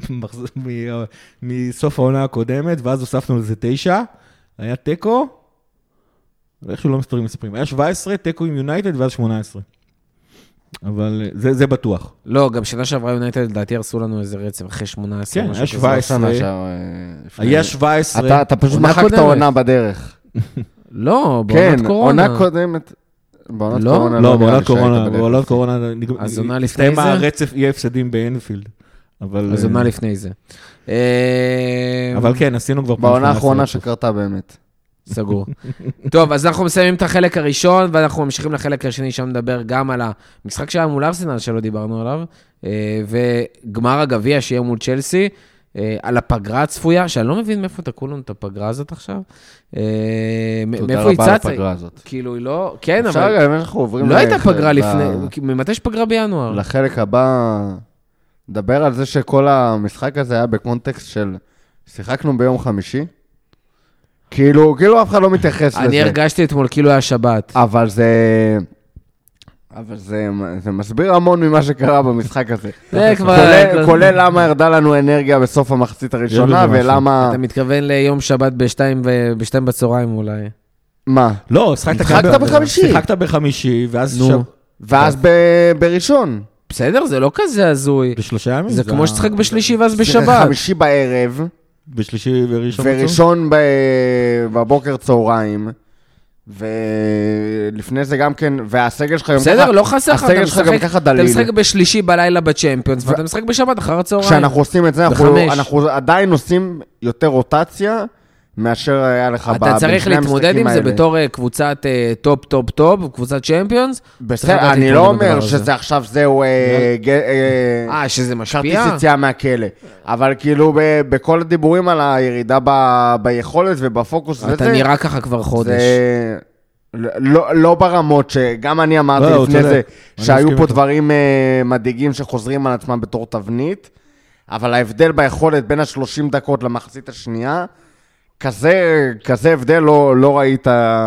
מסוף העונה הקודמת, ואז הוספנו לזה תשע, היה טקו, איכשהו לא מספרים מספרים, היה שבע עשרה, טקו עם יונייטד, ואז שמונה עשרה. אבל זה, זה בטוח. לא, גם שנה שעברה יונייטד, לדעתי הרסו לנו איזה רצף, אחרי שמונה עשרה. כן, היה שבע עשרה. היה שבע עשרה. אתה, אתה פשוט מחק את העונה בדרך. לא, בעונת קורונה. כן, עונה קודמת. בעונת לא? קורונה. לא, בעונת קורונה. בעונת קורונה. אז עונה לפני זה? הסתיים הרצף יהיה הפסדים באנפילד. אז עונה לפני זה. אבל כן, עשינו כבר... בעונה האחרונה שקרתה באמת. סגור. טוב, אז אנחנו מסיימים את החלק הראשון, ואנחנו ממשיכים לחלק השני, שם נדבר גם על המשחק שהיה מול ארסנל, שלא דיברנו עליו, וגמר הגביע שיהיה מול צ'לסי, על הפגרה הצפויה, שאני לא מבין מאיפה תקעו לנו את הפגרה הזאת עכשיו. תודה רבה על הפגרה הזאת. כאילו, היא לא... כן, אבל... אפשר, אנחנו עוברים... לא הייתה פגרה לפני... ממתי יש פגרה בינואר? לחלק הבא, נדבר על זה שכל המשחק הזה היה בקונטקסט של... שיחקנו ביום חמישי, כאילו, כאילו אף אחד לא מתייחס לזה. אני הרגשתי אתמול כאילו היה שבת. אבל זה... אבל זה, זה מסביר המון ממה שקרה במשחק הזה. זה כבר... כולל, כולל למה ירדה לנו אנרגיה בסוף המחצית הראשונה, ולמה... אתה מתכוון ליום שבת בשתיים, בשתיים בצהריים אולי. מה? לא, שחקת בחמישי. שיחקת בחמישי, ואז... נו. ואז בראשון. בסדר, זה לא כזה הזוי. בשלושה ימים. זה כמו שצחק בשלישי ואז בשבת. חמישי בערב. בשלישי וראשון. וראשון בבוקר צהריים. ולפני זה גם כן, והסגל שלך... בסדר, לא חסר לך, הסגל שלך גם ככה דליל. אתה משחק בשלישי בלילה בצ'מפיונס, ואתה משחק בשבת אחר הצהריים. כשאנחנו עושים את זה, אנחנו עדיין עושים יותר רוטציה, מאשר היה לך בשני המשחקים האלה. אתה צריך להתמודד עם זה בתור קבוצת טופ, טופ, טופ, קבוצת צ'מפיונס. בסדר, אני לא אומר שזה עכשיו זהו... אה, שזה משפיע? כרטיס יציאה מהכלא. אבל כאילו, בכל הדיבורים על הירידה ביכולת ובפוקוס וזה... אתה נראה ככה כבר חודש. לא ברמות שגם אני אמרתי לפני זה, שהיו פה דברים מדאיגים שחוזרים על עצמם בתור תבנית, אבל ההבדל ביכולת בין ה-שלושים דקות למחצית השנייה, כזה, כזה הבדל לא, לא ראית...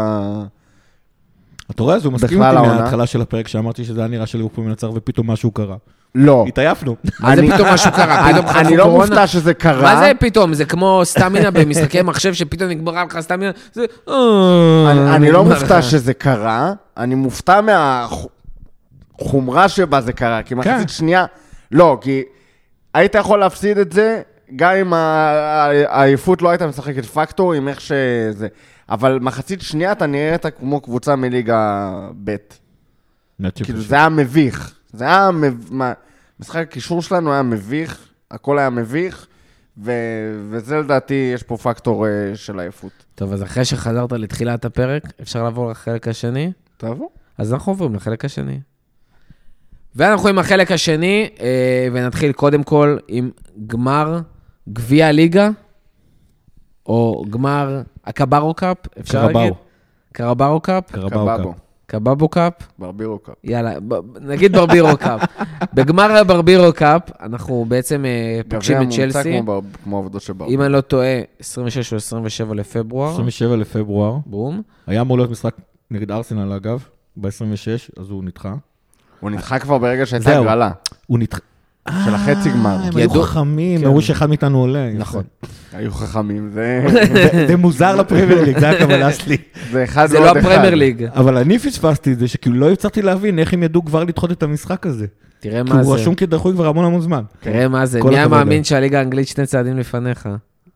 אתה רואה, אז הוא מסכים אותי מההתחלה של הפרק, שאמרתי שזה היה נראה שליברפול מנצח, ופתאום משהו קרה. לא. התעייפנו. מה זה פתאום משהו קרה? אני לא מופתע שזה קרה. מה זה פתאום? זה כמו סטמינה במשחקי מחשב, שפתאום נגמרה לך סטמינה. אני לא מופתע שזה קרה, אני מופתע מהחומרה שבה זה קרה, כי מחצית שנייה... לא, כי היית יכול להפסיד את זה, גם אם העייפות לא הייתה משחקת פקטור, עם איך שזה... אבל מחצית שנייה אתה נראית כמו קבוצה מליגה ב'. כאילו זה היה מביך. זה היה... משחק הקישור שלנו היה מביך, הכל היה מביך, וזה לדעתי יש פה פקטור של עייפות. טוב, אז אחרי שחזרת לתחילת הפרק, אפשר לעבור לחלק השני? תעבור. אז אנחנו עוברים לחלק השני. ואנחנו עם החלק השני, ונתחיל קודם כל עם גמר גביע הליגה, או גמר הקבארו קאפ, אפשר להגיד? קרבארו קאפ? קבאבו. קבאבו קאפ? ברבירו קאפ. יאללה, נגיד ברבירו קאפ. בגמר הברבירו קאפ, אנחנו בעצם פוגשים את צ'לסי. גביע מומצא כמו עבודות שברבירו. אם אני לא טועה, עשרים ושש או עשרים ושבע לפברואר. עשרים ושבע לפברואר. בום. היה אמור להיות משחק נגד ארסנל, אגב, ב-עשרים ושש, אז הוא נדחה. הוא נדחה כבר ברגע שהייתה הגרלה. הוא נדחה. של החצי גמר. הם היו חכמים, אמרו שאחד מאיתנו עולה. נכון. היו חכמים, זה... זה מוזר לפרמייר ליג, זה הכוונה שלי. זה אחד זה לא הפרמייר ליג. אבל אני פספסתי את זה, שכאילו לא הצלחתי להבין איך הם ידעו כבר לדחות את המשחק הזה. תראה מה זה. כי הוא זה. רשום כדרכוי כבר המון המון זמן. תראה מה זה. מי המאמין שהליגה האנגלית שני צעדים לפניך?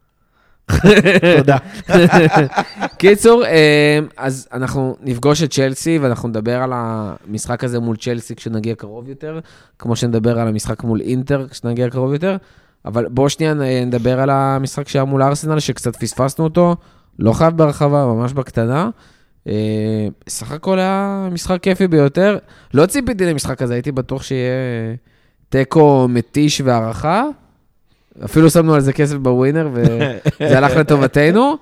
תודה. קיצור, אז אנחנו נפגוש את צ'לסי, ואנחנו נדבר על המשחק הזה מול צ'לסי כשנגיע קרוב יותר, כמו שנדבר על המשחק מול אינטר כשנגיע קרוב יותר, אבל בואו שנייה נדבר על המשחק שהיה מול ארסנל, שקצת פספסנו אותו, לא חייב ברחבה, ממש בקטנה. סך הכל היה משחק כיפי ביותר. לא ציפיתי למשחק הזה, הייתי בטוח שיהיה טקו מתיש והערכה, אפילו שמנו על זה כסף בווינר, וזה הלך לטובתנו.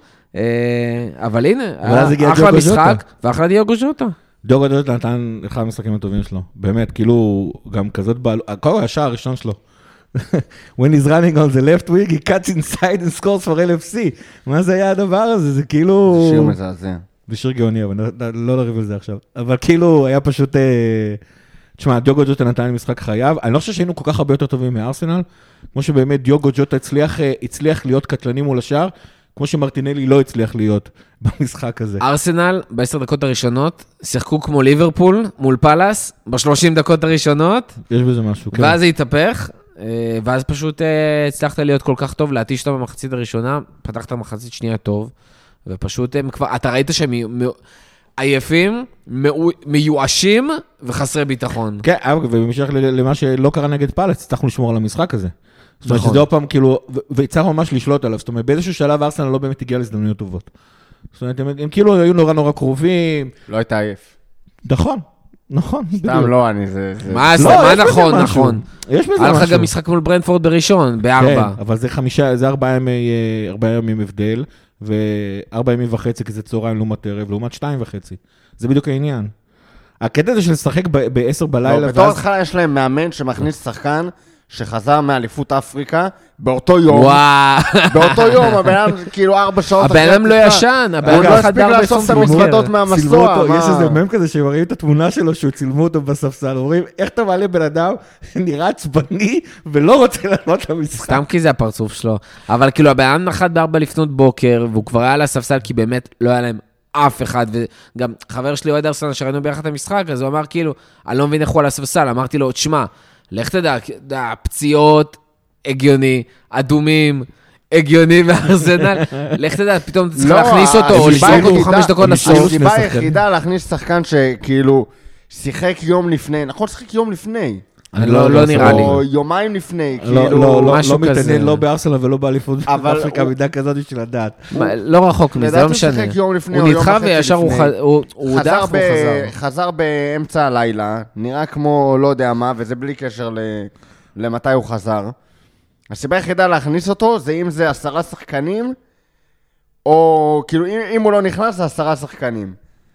אבל הנה, אחלה משחק, ואחלה דיוגו ז'וטה. דיוגו ז'וטה נתן אחד המשחקים הטובים שלו. באמת, כאילו, גם כזאת בעל... כל השער הראשון שלו. When he's running on the left wing, he cuts inside and scores for אל אף סי. מה זה היה הדבר הזה? זה כאילו... זה שיר מזעזע. זה שיר גאוני, אבל לא נריב על זה עכשיו. אבל כאילו, היה פשוט... תשמע, דיוגו ג'וטה נתן משחק חייו. אני לא חושב שהיינו כל כך הרבה יותר טובים מארסנל, כמו שבאמת דיוגו ג'וטה הצליח, הצליח להיות קטלני מול השאר, כמו שמרטינלי לא הצליח להיות במשחק הזה. ארסנל, בעשר דקות הראשונות, שיחקו כמו ליברפול מול פלאס, בשלושים דקות הראשונות. יש בזה משהו, כן. ואז זה התהפך, ואז פשוט הצלחת להיות כל כך טוב, להתיש אותה במחצית הראשונה, פתחת מחצית שנייה טוב, ופשוט הם כבר, אתה ראית שהם עייפים, מיואשים וחסרי ביטחון. כן, ובמשך למה שלא קרה נגד פלאס, הצלחנו לשמור על המשחק הזה. זאת אומרת שזה עוד פעם כאילו, והצלחנו ממש לשלוט עליו, זאת אומרת באיזשהו שלב ארסנל לא באמת הגיע להזדמנויות טובות. זאת אומרת, הם כאילו היו נורא נורא קרובים. לא הייתה עייף. נכון, נכון. סתם לא, אני זה... מה זה, מה נכון, נכון. יש בזה משהו. היה לך גם משחק מול ברנפורד בראשון, בארבע. כן, אבל זה חמישה, זה ארבעה ימים הבדל, וארבעה ימים וחצי, כי זה צהריים לעומת ערב, לעומת שתיים וחצי. זה בדיוק העניין. הקטע הזה של לשחק בעשר בלילה... בתור התחלה יש להם מאמן שמכניס שחקן, שחזר מאליפות אפריקה, באותו יום, באותו יום, הבן אדם כאילו ארבע שעות... הבן אדם לא ישן, הבן אדם לא הספיק לאסוף את המזוודות מהמסוע. יש איזה מם כזה שמראים את התמונה שלו, שהוא צילמו אותו בספסל, אומרים, איך אתה מעלה בן אדם שנראה עצבני, ולא רוצה לענות למשחק. סתם כי זה הפרצוף שלו, אבל כאילו הבן אדם נחת בארבע לפנות בוקר, והוא כבר היה לספסל, כי באמת לא היה להם אף אחד, וגם חבר שלי אוהד ארסנל, שראינו ביחד את המשחק, אז הוא אמר כאילו, אני לא מבין איך הוא על הספסל, אמרתי לו, תשמע, לך תדע, פציעות, הגיוני, אדומים, הגיוני בארסנל, לך תדע, פתאום צריך להכניס אותו, או לשלוח אותו חמש דקות לסוף. הסיבה היחידה להכניס שחקן שכאילו שיחק יום לפני, נכון שיחק יום לפני. לא נראה לי. או יומיים לפני, כאילו, משהו כזה. לא מתעניין, לא בארסנל ולא באליפות אפריקה, מידה כזאת בשביל לדעת. לא רחוק מזה, לא משנה. הוא נדחה וישר הוא הודח והוא חזר. חזר באמצע הלילה, נראה כמו לא יודע מה, וזה בלי קשר למתי הוא חזר. הסיבה היחידה להכניס אותו, זה אם זה עשרה שחקנים, או כאילו אם הוא לא נכנס, זה עשרה שחקנים.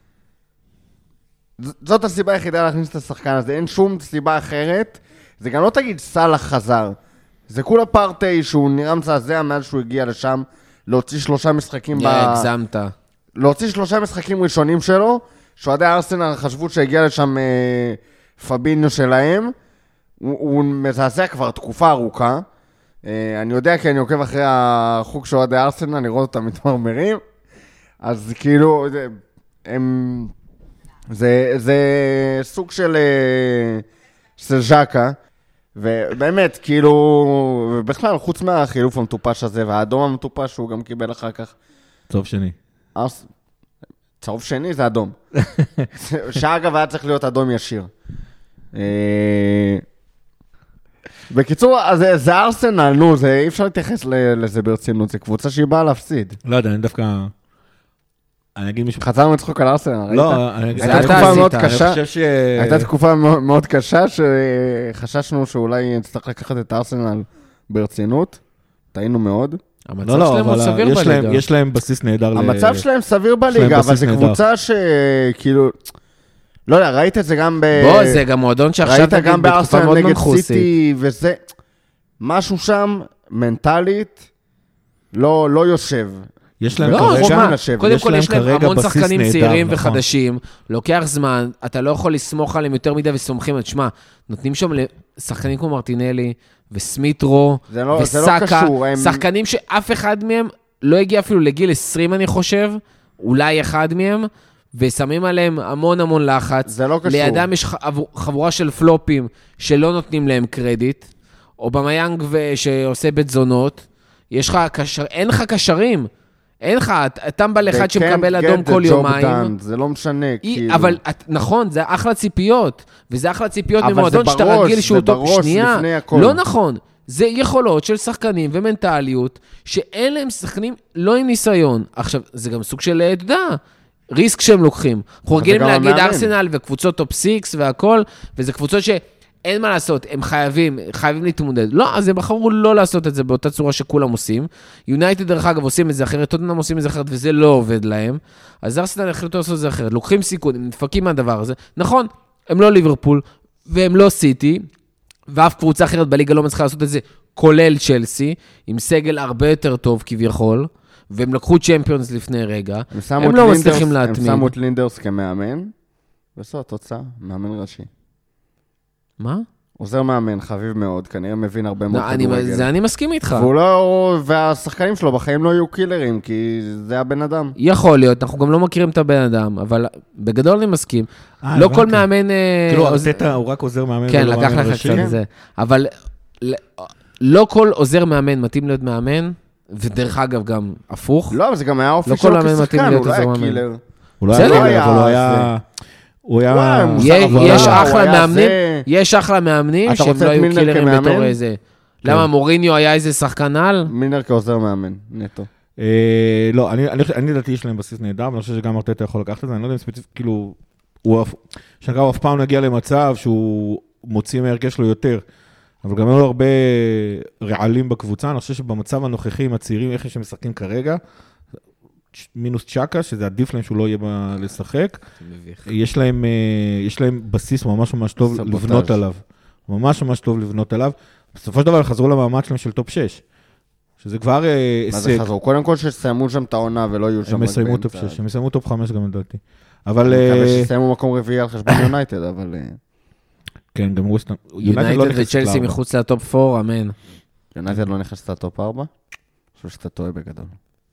זאת הסיבה היחידה להכניס את השחקן הזה, אין שום סיבה אחרת. זה גם לא תגיד סלח חזר. זה כולה פארטי שהוא נראה מצעזע מאז שהוא הגיע לשם, להוציא שלושה משחקים ב... הגזמת. להוציא שלושה משחקים ראשונים שלו, שועדי ארסנל חשבו שהגיע לשם אה, פביניו שלהם. הוא, הוא מזעזע כבר תקופה ארוכה. אה, אני יודע כי אני עוקב אחרי החוג שועדי ארסנל, אני רואה אותם מתמרמרים. אז כאילו, הם... זה, זה סוג של, של ז'קה, ובאמת, כאילו, בכלל, חוץ מהחילוף המטופש הזה, והאדום המטופש שהוא גם קיבל אחר כך. צהוב שני. צהוב שני זה אדום. שאגב, היה צריך להיות אדום ישיר. בקיצור, זה, זה ארסנל, נו, זה, אי אפשר להתייחס לזה ברצינות, זה קבוצה שהיא באה להפסיד. לא יודע, אני דווקא... אני אגיד מישהו... חזרנו לצחוק על ארסנל, ראית? לא, הייתה תקופה מאוד קשה, הייתה תקופה מאוד קשה, שחששנו שאולי נצטרך לקחת את ארסנל ברצינות, טעינו מאוד. המצב שלהם הוא סביר בליגה. יש להם בסיס נהדר. המצב שלהם סביר בליגה, אבל זו קבוצה שכאילו... לא יודע, ראית את זה גם ב... בוא, זה גם מועדון שעכשיו תגיד בתקופה מאוד מנחוסית. וזה... משהו שם, מנטלית, לא יושב. יש להם כרגע, קודם כל יש להם המון שחקנים צעירים וחדשים, לוקח זמן, אתה לא יכול לסמוך עליהם יותר מדי וסומכים, תשמע, נותנים שם לשחקנים כמו מרטינלי וסמיטרו וסאקה, שחקנים שאף אחד מהם לא הגיע אפילו לגיל עשרים אני חושב, אולי אחד מהם, ושמים עליהם המון המון לחץ. זה לא קשור. לידם יש חבורה של פלופים שלא נותנים להם קרדיט, או במיינג שעושה בית זונות, יש לך קשר, אין לך קשרים, אין לך, טמבל אחד שמקבל אדום כל יומיים. זה לא משנה, כאילו. אבל נכון, זה אחלה ציפיות, וזה אחלה ציפיות ממועדון שאתה רגיל שהוא טוב. שנייה, לא נכון. זה יכולות של שחקנים ומנטליות, שאין להם שחקנים לא עם ניסיון. עכשיו, זה גם סוג של, אתה יודע, ריסק שהם לוקחים. אנחנו רגילים להגיד ארסנל וקבוצות טופ סיקס והכל, וזה קבוצות שאין מה לעשות, הם חייבים, חייבים להתמודד. לא, אז הם בחרו לא לעשות את זה באותה צורה שכולם עושים. יונייטד דרך אגב עושים את זה אחרת, טוטנהאם עושים את זה אחרת, וזה לא עובד להם. אז ארסנל החליטו לעשות את זה אחרת. לוקחים סיכון, הם נדפקים מהדבר הזה. נכון, הם לא ליברפול, והם לא סיטי, ואף קבוצה אחרת בליגה לא מצליחה לעשות את זה, כולל צ'לסי, עם סגל הרבה יותר טוב כביכול, והם לקחו צ'מפיונס לפני רגע, הם, הם לא מצליחים להתמיד. הם שמו את לינדרס כמאמן, וזו התוצאה, מאמן ראשי. מה? עוזר מאמן, חביב מאוד, כנראה מבין הרבה מאוד כדורגל. זה אני מסכים איתך. לא, והשחקנים שלו בחיים לא יהיו קילרים, כי זה הבן אדם. יכול להיות, אנחנו גם לא מכירים את הבן אדם, אבל בגדול אני מסכים. לא כל מאמן... כאילו, הוא רק עוזר מאמן. כן, לקח לך קצת זה. אבל לא כל עוזר מאמן מתאים להיות מאמן, ודרך אגב גם הפוך. לא, אבל זה גם היה אופי שלו כשחקן, הוא לא היה קילר. הוא לא היה, אבל הוא היה... הוא היה... יש אחלה מאמנים, יש אחלה מאמנים שהם לא היו קילרים בתור איזה... למה מוריניו היה איזה שחקן על? מילנר כעוזר מאמן, נטו. לא, אני לדעתי יש להם בסיס נהדר, ואני חושב שגם ארטטה יכול לקחת את זה, אני לא יודע אם ספציפית, כאילו, שנקרא, הוא אף פעם נגיע למצב שהוא מוציא מהרכב שלו יותר, אבל גם היו לו הרבה רעלים בקבוצה, אני חושב שבמצב הנוכחי עם הצעירים, איך שהם משחקים כרגע, מינוס צ'קה, שזה עדיף להם שהוא לא יהיה לשחק. יש להם, יש להם בסיס ממש ממש טוב לבנות עליו. ממש ממש טוב לבנות עליו. בסופו של דבר חזרו למאמץ שלהם של טופ שש. שזה כבר הישג. מה זה חזרו? קודם כל שסיימו שם את העונה ולא יהיו שם... הם יסיימו טופ שש, הם יסיימו טופ חמש גם לדעתי. אבל... אני מקווה שסיימו מקום רביעי על חשבון יונייטד, אבל... כן, גם ווסטהאם. יונייטד וצ'לסי מחוץ לטופ ארבע, אמן. יונייטד לא נכנס לטופ ארבע? אני חושב שאתה טועה בגדול.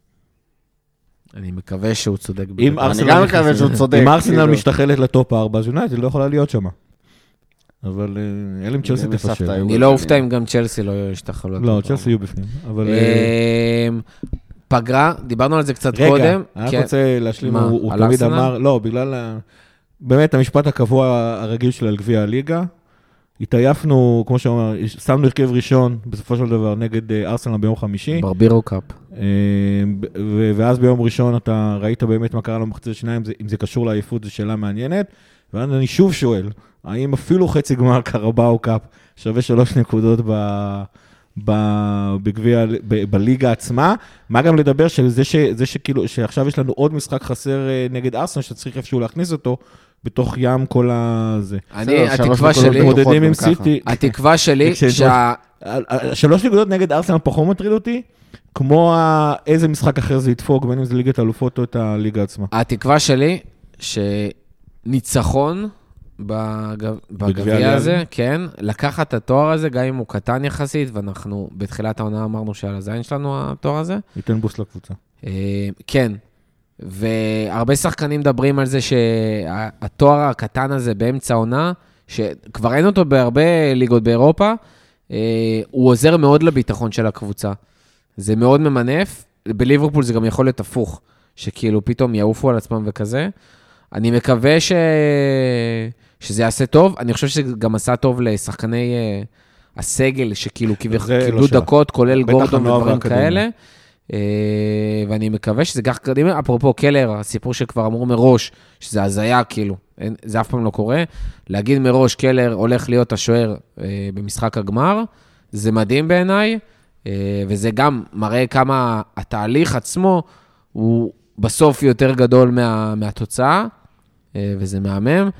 אני מקווה שהוא צודק. אני גם מקווה שהוא צודק. אם ארסנל משתחלת לטופ ארבע, אז יונייטד לא יכולה להיות שם. אבל אלה עם צ'לסי תפשל. אני לא אופתע אם גם צ'לסי לא ישתחלו. לא, צ'לסי יהיו בפנים. פגרה, דיברנו על זה קצת קודם. רגע, אני רוצה להשלים, הוא תמיד אמר, לא, בגלל באמת המשפט הקבוע הרגיל של גביע הליגה, התעייפנו, כמו שאומר, שמנו הרכב ראשון, בסופו של דבר, נגד ארסנל ביום חמישי. ברבירו קאפ. ואז ביום ראשון אתה ראית באמת מה קרה למחצית השניים, אם זה קשור לעייפות, זו שאלה מעניינת. ואז אני שוב שואל, האם אפילו חצי גמר קרבאו קאפ שווה שלוש נקודות בגביע, בליגה עצמה? מה גם לדבר שזה שכאילו, שעכשיו יש לנו עוד משחק חסר נגד ארסנל, שצריך איפשהו להכניס אותו, בתוך ים כל הזה. אני, התקווה שלי, מודדים עם סיטי. התקווה שלי, שלוש נקודות נגד ארסנל פחות מטריד אותי, כמו איזה משחק אחר זה ידפוק, בין אם זה ליגת אלופות או את הליגה עצמה. התקווה שלי, שניצחון בגביע הזה, כן, לקחת את התואר הזה, גם אם הוא קטן יחסית, ואנחנו בתחילת העונה אמרנו שעל הזין שלנו התואר הזה. ייתן בוסט לקבוצה. כן. והרבה שחקנים מדברים על זה שהתואר הקטן הזה באמצע העונה, שכבר אין אותו בהרבה ליגות באירופה, הוא עוזר מאוד לביטחון של הקבוצה. זה מאוד ממנף, בליברפול זה גם יכול להיות הפוך, שכאילו פתאום יעופו על עצמם וכזה. אני מקווה ש... שזה יעשה טוב, אני חושב שזה גם עשה טוב לשחקני הסגל, שכאילו קיבלו דקות, כולל גורדון ודברים כאלה. ואני מקווה שזה כך קדימה, אפרופו קלר, הסיפור שכבר אמרו מראש, שזה הזיה כאילו, זה אף פעם לא קורה, להגיד מראש קלר הולך להיות השוער במשחק הגמר, זה מדהים בעיניי, וזה גם מראה כמה התהליך עצמו, הוא בסוף יותר גדול מה, מהתוצאה, וזה מהמם.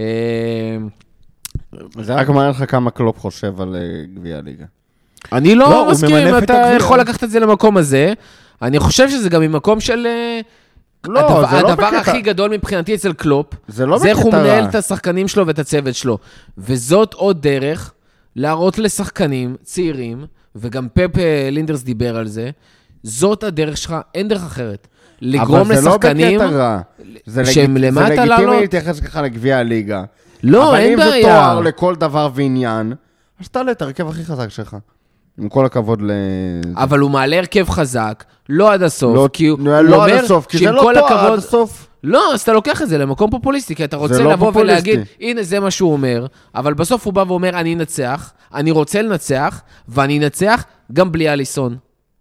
זה רק מראה לך כמה קלופ חושב על גביע הליגה. אני לא מסכים, אתה יכול לקחת את זה למקום הזה, אני חושב שזה גם ממקום של... לא, הדבר, זה לא הדבר בקטע... הכי גדול מבחינתי אצל קלופ, זה לא זה איך הוא בקטע מנהל רע. את השחקנים שלו ואת הצוות שלו. וזאת עוד דרך להראות לשחקנים צעירים, וגם פפ לינדרס דיבר על זה, זאת הדרך שלך, אין דרך אחרת. לגרום לשחקנים... אבל זה לא בקטע רע. זה, שהם לג... למטה זה לגיטימי לעלות. להתייחס ככה לגביע הליגה. לא, אין בעיה. אבל אם זה תואר לכל דבר ועניין, אז תעלה את הרכב הכי חזק שלך. עם כל הכבוד ל... אבל הוא מעלה הרכב חזק, לא עד הסוף, לא, כי הוא לא, הוא לא אומר עד הסוף, כי זה לא כל תואר הכבוד... עד הסוף. לא, אז אתה לוקח את זה למקום פופוליסטי, כי אתה רוצה לא לבוא פופוליסטי. ולהגיד, הנה זה מה שהוא אומר, אבל בסוף הוא בא ואומר, אני אנצח, אני רוצה לנצח, ואני אנצח גם בלי אליסון.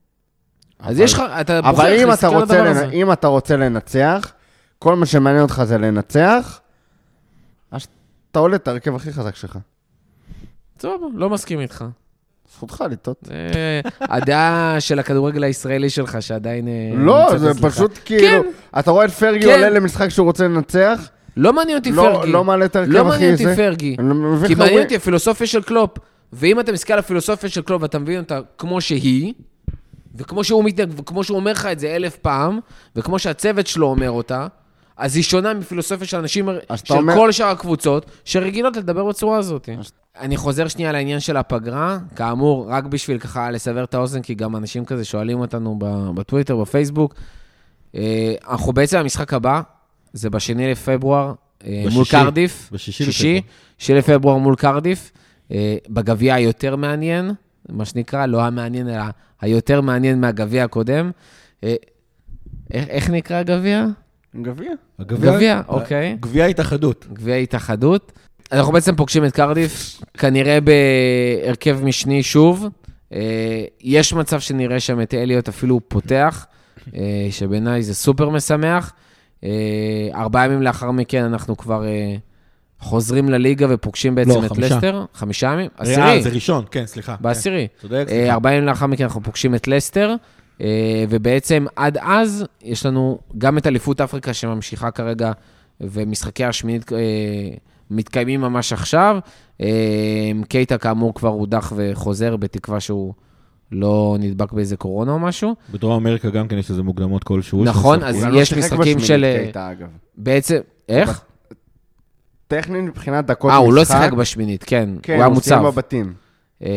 אז יש לך, אתה בוחר אבל אם אתה, להסתכל על רוצה הדבר לנ... הזה. אם אתה רוצה לנצח, כל מה שמעניין אותך זה לנצח, אז אתה עולה את הרכב הכי חזק שלך. טוב, לא מסכים איתך. זכותך לטעות. זה הדעה של הכדורגל הישראלי שלך, שעדיין... לא, נמצאת זה אצלך. פשוט כאילו, אתה רואה את פרגי כן. עולה למשחק שהוא רוצה לנצח, לא מעניין אותי לא- פרגי. לא מעלה את הרכב לא הכי מעניין אותי זה. פרגי. אני מבין כי לך, מעניין רואה- אותי הפילוסופיה של קלופ. ואם אתה מסתכל על הפילוסופיה של קלופ ואתה מבין אותה כמו שהיא, וכמו שהוא מתנהג, וכמו שהוא אומר לך את זה אלף פעם, וכמו שהצוות שלו אומר אותה, אז היא שונה מפילוסופיה של אנשים, של אומר- כל שאר הקבוצות, שרגילות לדבר בצורה הזאת. אני חוזר שנייה לעניין של הפגרה, כאמור, רק בשביל ככה לסבר את האוזן, כי גם אנשים כזה שואלים אותנו ב- בטוויטר, בפייסבוק. אה, אנחנו בעצם, המשחק הבא, זה בשני לפברואר, אה, מול בשישי. קרדיף. בשישי שישי, לפברואר. שישי לפברואר מול קרדיף. אה, בגביע היותר מעניין, מה שנקרא, לא המעניין, אלא היותר מעניין מהגביע הקודם. אה, איך, איך נקרא הגביע? גביע. גביע, אוקיי. גביע התאחדות. גביע התאחדות. אנחנו בעצם פוגשים את קרדיף, כנראה בהרכב משני שוב. אה, יש מצב שנראה שם את אליוט אפילו פותח, אה, שבעיניי זה סופר משמח. אה, ארבעה ימים לאחר מכן אנחנו כבר אה, חוזרים לליגה ופוגשים בעצם לא, את חמישה. לסטר. חמישה ימים? אה, עשירי. זה ראשון, כן, סליחה. בעשירי. כן, צודק, אה, סליחה. ארבעה ימים לאחר מכן אנחנו פוגשים את לסטר, אה, ובעצם עד אז יש לנו גם את אליפות אפריקה שממשיכה כרגע, ומשחקי השמינית אה, מתקיימים ממש עכשיו. אה, קייטה כאמור כבר הודח וחוזר, בתקווה שהוא לא נדבק באיזה קורונה או משהו. בדרום אמריקה גם כן יש איזה מוקדמות כלשהו. נכון, שמשחקו. אז הוא לא יש שיחק משחקים בשמינית, של... קייטה, אגב. בעצם, איך? טכנית מבחינת דקות אה, משחק. הוא לא שיחק בשמינית, כן. כן, הוא היה הוא סיים מוצב. בבתים. אה,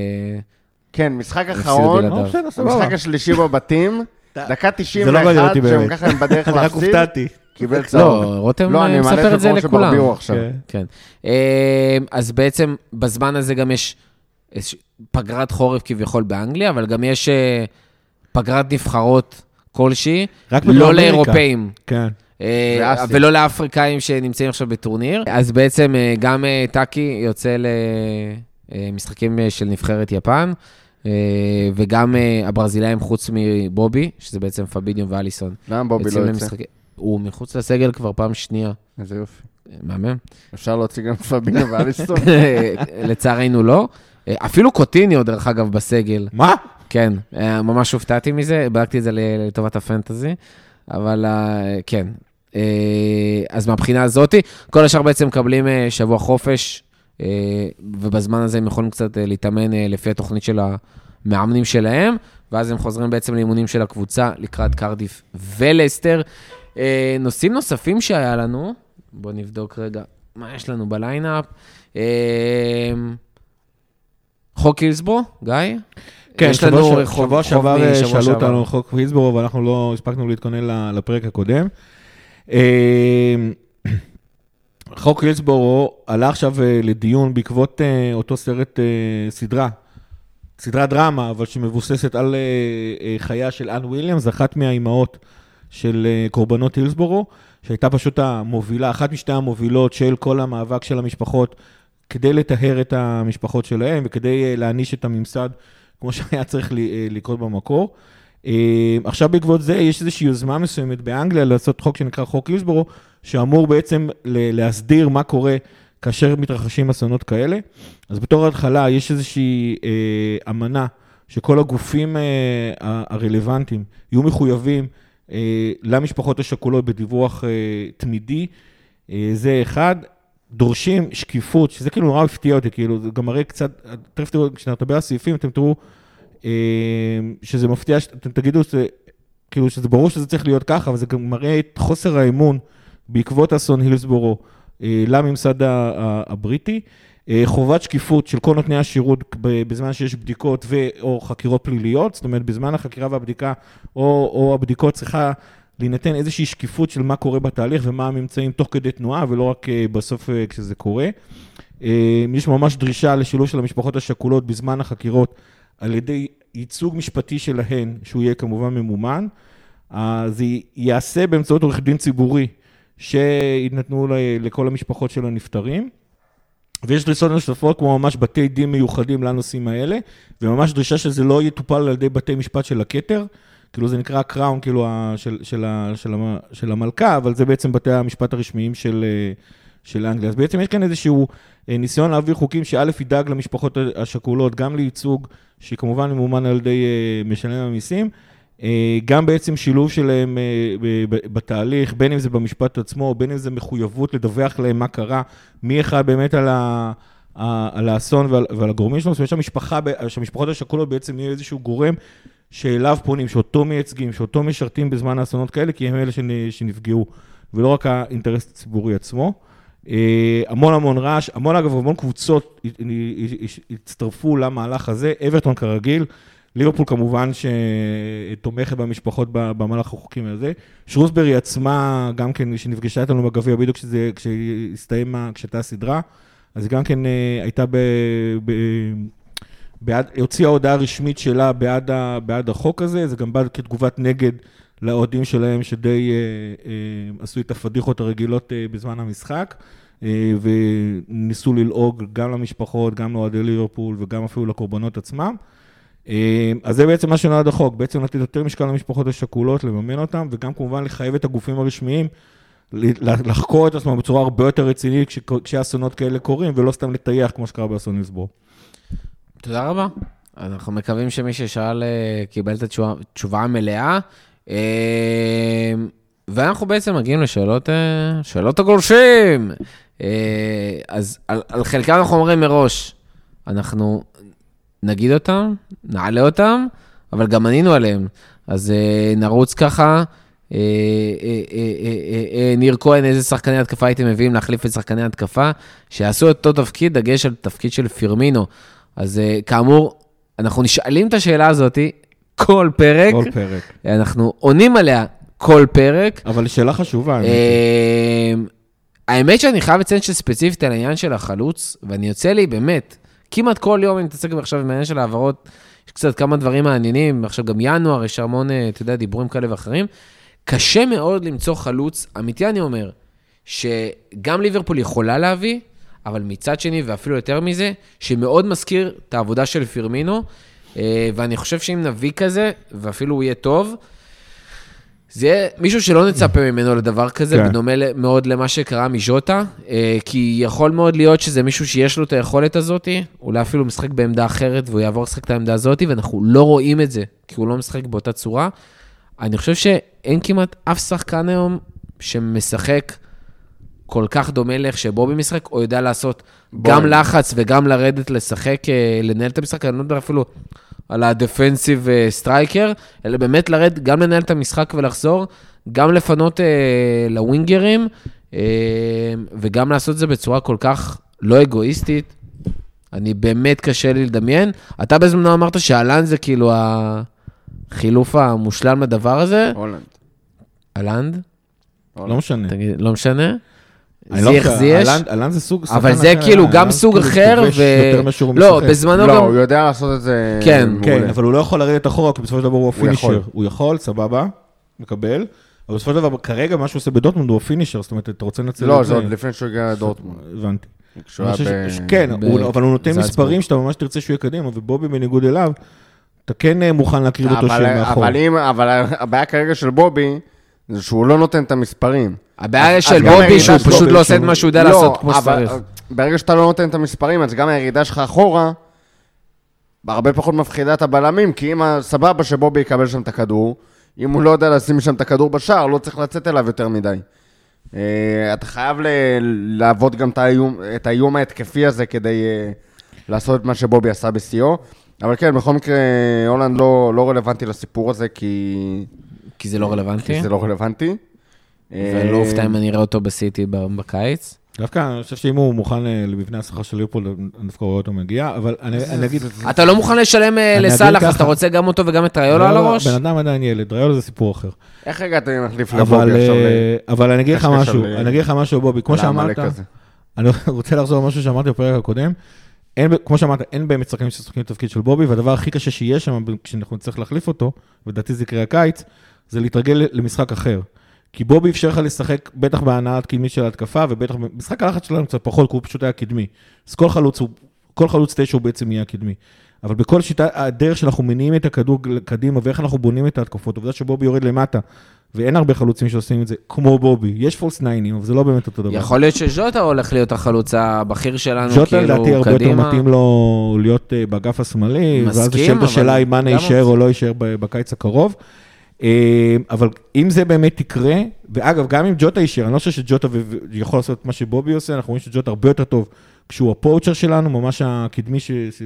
כן, משחק הפסידו אחרון, בלעדיו. לא, בסדר, סבבה. המשחק השלישי בבתים, דקה תשעים זה לא מעניין ואחת, אותי שהם באמת. ככה הם בדרך אני רק להפסיד, הופתעתי. קיבל צהוב. לא, רותם לא, אני מעלה מספר את זה חשבון לכולם. שברבירו עכשיו. כן. כן. אה, אז בעצם בזמן הזה גם יש יש פגרת חורף כביכול באנגליה, אבל גם יש אה, פגרת נבחרות כלשהי, רק בדרום לא אמריקה. לאירופאים. כן. אה, ואסיה. ולא לאפריקאים שנמצאים עכשיו בטורניר. אז בעצם אה, גם אה, טאקי יוצא למשחקים אה, של נבחרת יפן, אה, וגם אה, הברזילאים חוץ מבובי, שזה בעצם פביניו ואליסון. למה בובי יוצאים לא יוצא? למשחקי- הוא מחוץ לסגל כבר פעם שנייה. איזה יופי. מהמם. אפשר להוציא גם פביניו ואליסון. לצערנו לא. אפילו קוטיניו, דרך אגב, בסגל. מה? כן, אה, ממש הופתעתי מזה, בדקתי את זה לטובת הפנטזי, אבל אה, כן. אה, אז מהבחינה הזאת, כל השאר בעצם מקבלים אה, שבוע חופש, אה, ובזמן הזה הם יכולים קצת אה, להתאמן אה, לפי התוכנית של המאמנים שלהם, ואז הם חוזרים בעצם לאימונים של הקבוצה לקראת קרדיף ולסטר. אה, נושאים נוספים שהיה לנו, בואו נבדוק רגע מה יש לנו בליינאפ. אה, חוק הילסבורו, גיא? כן, יש לנו שבוע, חוב- שבוע חוב שעבר משבוע שאלו שעבר. אותנו על חוק הילסבורו, ואנחנו לא הספקנו להתכונן ל- לפרק הקודם. אה, חוק הילסבורו עלה עכשיו אה, לדיון בעקבות אה, אותו סרט אה, סדרה, סדרת דרמה, אבל שמבוססת על אה, אה, חיה של אן וויליאמס, אחת מהאימהות של אה, קורבנות הילסבורו, שהייתה פשוט המובילה, אחת משתי המובילות של כל המאבק של המשפחות, כדי לטהר את המשפחות שלהם, וכדי אה, להעניש את הממסד, כמו שהיה צריך ל- אה, לקרות במקור. אה, עכשיו בעקבות זה, יש איזושהי יוזמה מסוימת באנגליה, לעשות חוק שנקרא חוק הילסבורו, שאמור בעצם ל- להסדיר מה קורה כאשר מתרחשים אסונות כאלה. אז בתור ההתחלה יש איזושהי אה, אמנה שכל הגופים אה, הרלוונטיים יהיו מחויבים אה, למשפחות השכולות בדיווח אה, תמידי. אה, זה אחד. דורשים שקיפות, שזה כאילו נורא הפתיע אותי, כאילו זה גם מראה קצת, תכף תראו, כשנדבר על סעיפים, אתם תראו אה, שזה מפתיע, אתם תגידו, כאילו שזה ברור שזה צריך להיות ככה, אבל זה גם מראה את חוסר האמון בעקבות אסון הילסבורו לממסד הבריטי, חובת שקיפות של כל נותני השירות בזמן שיש בדיקות או חקירות פליליות, זאת אומרת, בזמן החקירה והבדיקה או, או הבדיקות צריכה להינתן איזושהי שקיפות של מה קורה בתהליך ומה הממצאים תוך כדי תנועה, ולא רק בסוף כשזה קורה. יש ממש דרישה לשילוב של המשפחות השכולות בזמן החקירות, על ידי ייצוג משפטי שלהן, שהוא יהיה כמובן ממומן. זה יעשה באמצעות עורך דין ציבורי, שיתנתנו לכל המשפחות של הנפטרים. ויש דרישות נוספות, כמו ממש בתי דין מיוחדים לנושאים האלה, וממש דרישה שזה לא יטופל על ידי בתי משפט של הכתר, כאילו זה נקרא קראון, כאילו של, של, של, של המלכה, אבל זה בעצם בתי המשפט הרשמיים של, של אנגליה. אז בעצם יש כאן איזשהו ניסיון להעביר חוקים שא' ידאג למשפחות השכולות, גם לייצוג, שכמובן ממומן על ידי משלם המיסים, גם בעצם שילוב שלהם בתהליך, בין אם זה במשפט עצמו, בין אם זה מחויבות לדווח להם מה קרה, מי אחד באמת על, ה, על האסון ועל, ועל הגורמים שלנו, זאת אומרת שהמשפחה, שהמשפחות השכולות בעצם יהיה איזשהו גורם שאליו פונים, שאותו מייצגים, שאותו משרתים בזמן האסונות כאלה, כי הם אלה שנפגעו, ולא רק האינטרס הציבורי עצמו. המון המון רעש, המון אגב, המון קבוצות הצטרפו למהלך הזה, אברטון כרגיל, ליברפול כמובן שתומכת במשפחות במהלך החוקים הזה. שרוסברי עצמה, גם כן, שנפגשה איתנו בגביע, בדיוק כשהסתיימה, כשהייתה הסדרה, אז היא גם כן הייתה ב... ב בעד, הוציאה הודעה רשמית שלה בעד, ה, בעד החוק הזה, זה גם בא כתגובת נגד לאוהדים שלהם, שדי אה, אה, עשו את הפדיחות הרגילות אה, בזמן המשחק, אה, וניסו ללעוג גם למשפחות, גם לאוהדי ליברפול, וגם אפילו לקורבנות עצמם. אז זה בעצם מה שנועד החוק, בעצם לתת יותר משקל למשפחות השכולות, לממן אותם, וגם כמובן לחייב את הגופים הרשמיים, לחקור את עצמם בצורה הרבה יותר רצינית, כשהאסונות כאלה קורים, ולא סתם לטייח כמו שקרה באסון הילסבורו. תודה רבה. אנחנו מקווים שמי ששאל קיבל את התשובה המלאה, ואנחנו בעצם מגיעים לשאלות, שאלות הגולשים. אז על, על חלקם אנחנו אומרים מראש, אנחנו נגיד אותם, נעלה אותם, אבל גם ענינו עליהם. אז נרוץ ככה, ניר כהן, איזה שחקני התקפה הייתם מביאים להחליף את שחקני התקפה, שיעשו אותו תפקיד, דגש על תפקיד של פירמינו. אז כאמור, אנחנו נשאלים את השאלה הזאת כל פרק. כל פרק. אנחנו עונים עליה כל פרק. אבל שאלה חשובה. האמת שאני חייב לציין שספציפית על העניין של החלוץ, ואני יוצא לי באמת, כמעט כל יום אני מתעסק עכשיו עם העניין של העברות, יש קצת כמה דברים מעניינים, עכשיו גם ינואר, יש המון, אתה יודע, דיבורים כאלה ואחרים. קשה מאוד למצוא חלוץ, אמיתי אני אומר, שגם ליברפול יכולה להביא, אבל מצד שני, ואפילו יותר מזה, שמאוד מזכיר את העבודה של פירמינו, ואני חושב שאם נביא כזה, ואפילו הוא יהיה טוב, זה יהיה מישהו שלא נצפה ממנו לדבר כזה, כן. בדומה מאוד למה שקרה מז'וטה, כי יכול מאוד להיות שזה מישהו שיש לו את היכולת הזאת, אולי אפילו משחק בעמדה אחרת, והוא יעבור לשחק את העמדה הזאת, ואנחנו לא רואים את זה, כי הוא לא משחק באותה צורה. אני חושב שאין כמעט אף שחקן היום שמשחק כל כך דומה לך שבובי משחק, או יודע לעשות בוא. גם לחץ וגם לרדת לשחק, לנהל את המשחק, אני לא יודע אפילו על הדפנסיב סטרייקר, אלא באמת לרד, גם לנהל את המשחק ולחזור, גם לפנות אה, לווינגרים, אה, וגם לעשות את זה בצורה כל כך לא אגואיסטית. אני באמת קשה לי לדמיין. אתה בזמנו אמרת שאלן זה כאילו החילוף המושלם לדבר הזה. הולנד. אלנד? לא משנה. תגיד, לא משנה? זיח זיש. אלן זה סוג... אבל זה כאילו גם סוג אחר, ו... לא, בזמנו גם... לא, הוא יודע לעשות את זה... כן, כן, אבל הוא לא יכול לרדת אחורה, כי בסופו של דבר הוא הפינישר. הוא יכול, סבבה, מקבל, אבל בסופו של דבר, כרגע מה שהוא עושה בדורטמונד הוא הפינישר, זאת אומרת, אתה רוצה לנצל את זה... לא, זה עוד לפני שהוא הגיע לדורטמונד. הבנתי. כן, אבל הוא נותן מספרים שאתה ממש תרצה שהוא יהיה קדימה, ובובי בניגוד אליו, אתה כן מוכן להקריב אותו שם מאחור. אבל הבעיה כרגע של בובי, זה שהוא לא נותן את המספרים. הבעיה של בובי שהוא פשוט לא עושה את מה שהוא יודע לעשות כמו שצריך. ברגע שאתה לא נותן את המספרים, אז גם הירידה שלך אחורה, הרבה פחות מפחידה את הבלמים, כי אם הסבבה שבובי יקבל שם את הכדור, אם הוא לא יודע לשים שם את הכדור בשער, לא צריך לצאת אליו יותר מדי. אתה חייב לעבוד גם את האיום ההתקפי הזה, כדי לעשות את מה שבובי עשה בסיור. אבל כן, בכל מקרה, הולנד לא רלוונטי לסיפור הזה, כי... כי זה לא רלוונטי. כי זה לא רלוונטי. ולא אופתע אם אני אראה אותו בסיטי בקיץ. דווקא, אני חושב שאם הוא מוכן למבנה השכר של ליברפול, אני דווקא רואה אותו מגיע, אבל אני אגיד... אתה לא מוכן לשלם לסלאח, אז אתה רוצה גם אותו וגם את ריולה על הראש? בן אדם עדיין ילד, ריולה זה סיפור אחר. איך הגעת לי מחליף לבובי עכשיו? אבל אני אגיד לך משהו, אני אגיד לך משהו, בובי, כמו שאמרת, אני רוצה לחזור למשהו שאמרתי בפרק הקודם, כמו שאמרת, אין באמת שחקנים ששחקים תפקיד של בובי, והדבר הכי קשה שיש שם, כשאנחנו נצטרך להחליף אותו, ודעתי זה יקרה הקיץ, זה להתרגל למשחק אחר. כי בובי אפשר לך לשחק בטח בהנעת קדמית של ההתקפה, ובטח במשחק הלחץ שלנו קצת פחות, כי הוא פשוט היה קדמי. אז כל חלוץ, כל חלוץ תשע הוא בעצם יהיה קדמי. אבל בכל שיטה, הדרך שאנחנו מניעים את הכדור קדימה, ואיך אנחנו בונים את ההתקפות, עובדה שבובי יורד למטה, ואין הרבה חלוצים שעושים את זה, כמו בובי. יש פולס ניינים, אבל זה לא באמת אותו דבר. יכול להיות שז'וטה הולך להיות החלוץ הבכיר שלנו, כאילו, קדימה. ז'וטה לדעתי הרבה יותר מתאים לו להיות באגף השמאלי, ואז השאלת השאלה אם מאנה יישאר או לא יישאר בקיץ הקרוב. אבל אם זה באמת יקרה, ואגב, גם אם ג'וטה יישאר, אני לא חושב שג'וטה יכול לעשות את מה שבובי עושה, אנחנו רואים שג'וטה הרבה יותר טוב, כשהוא הפואוצ'ר שלנו, ממש הקדמי,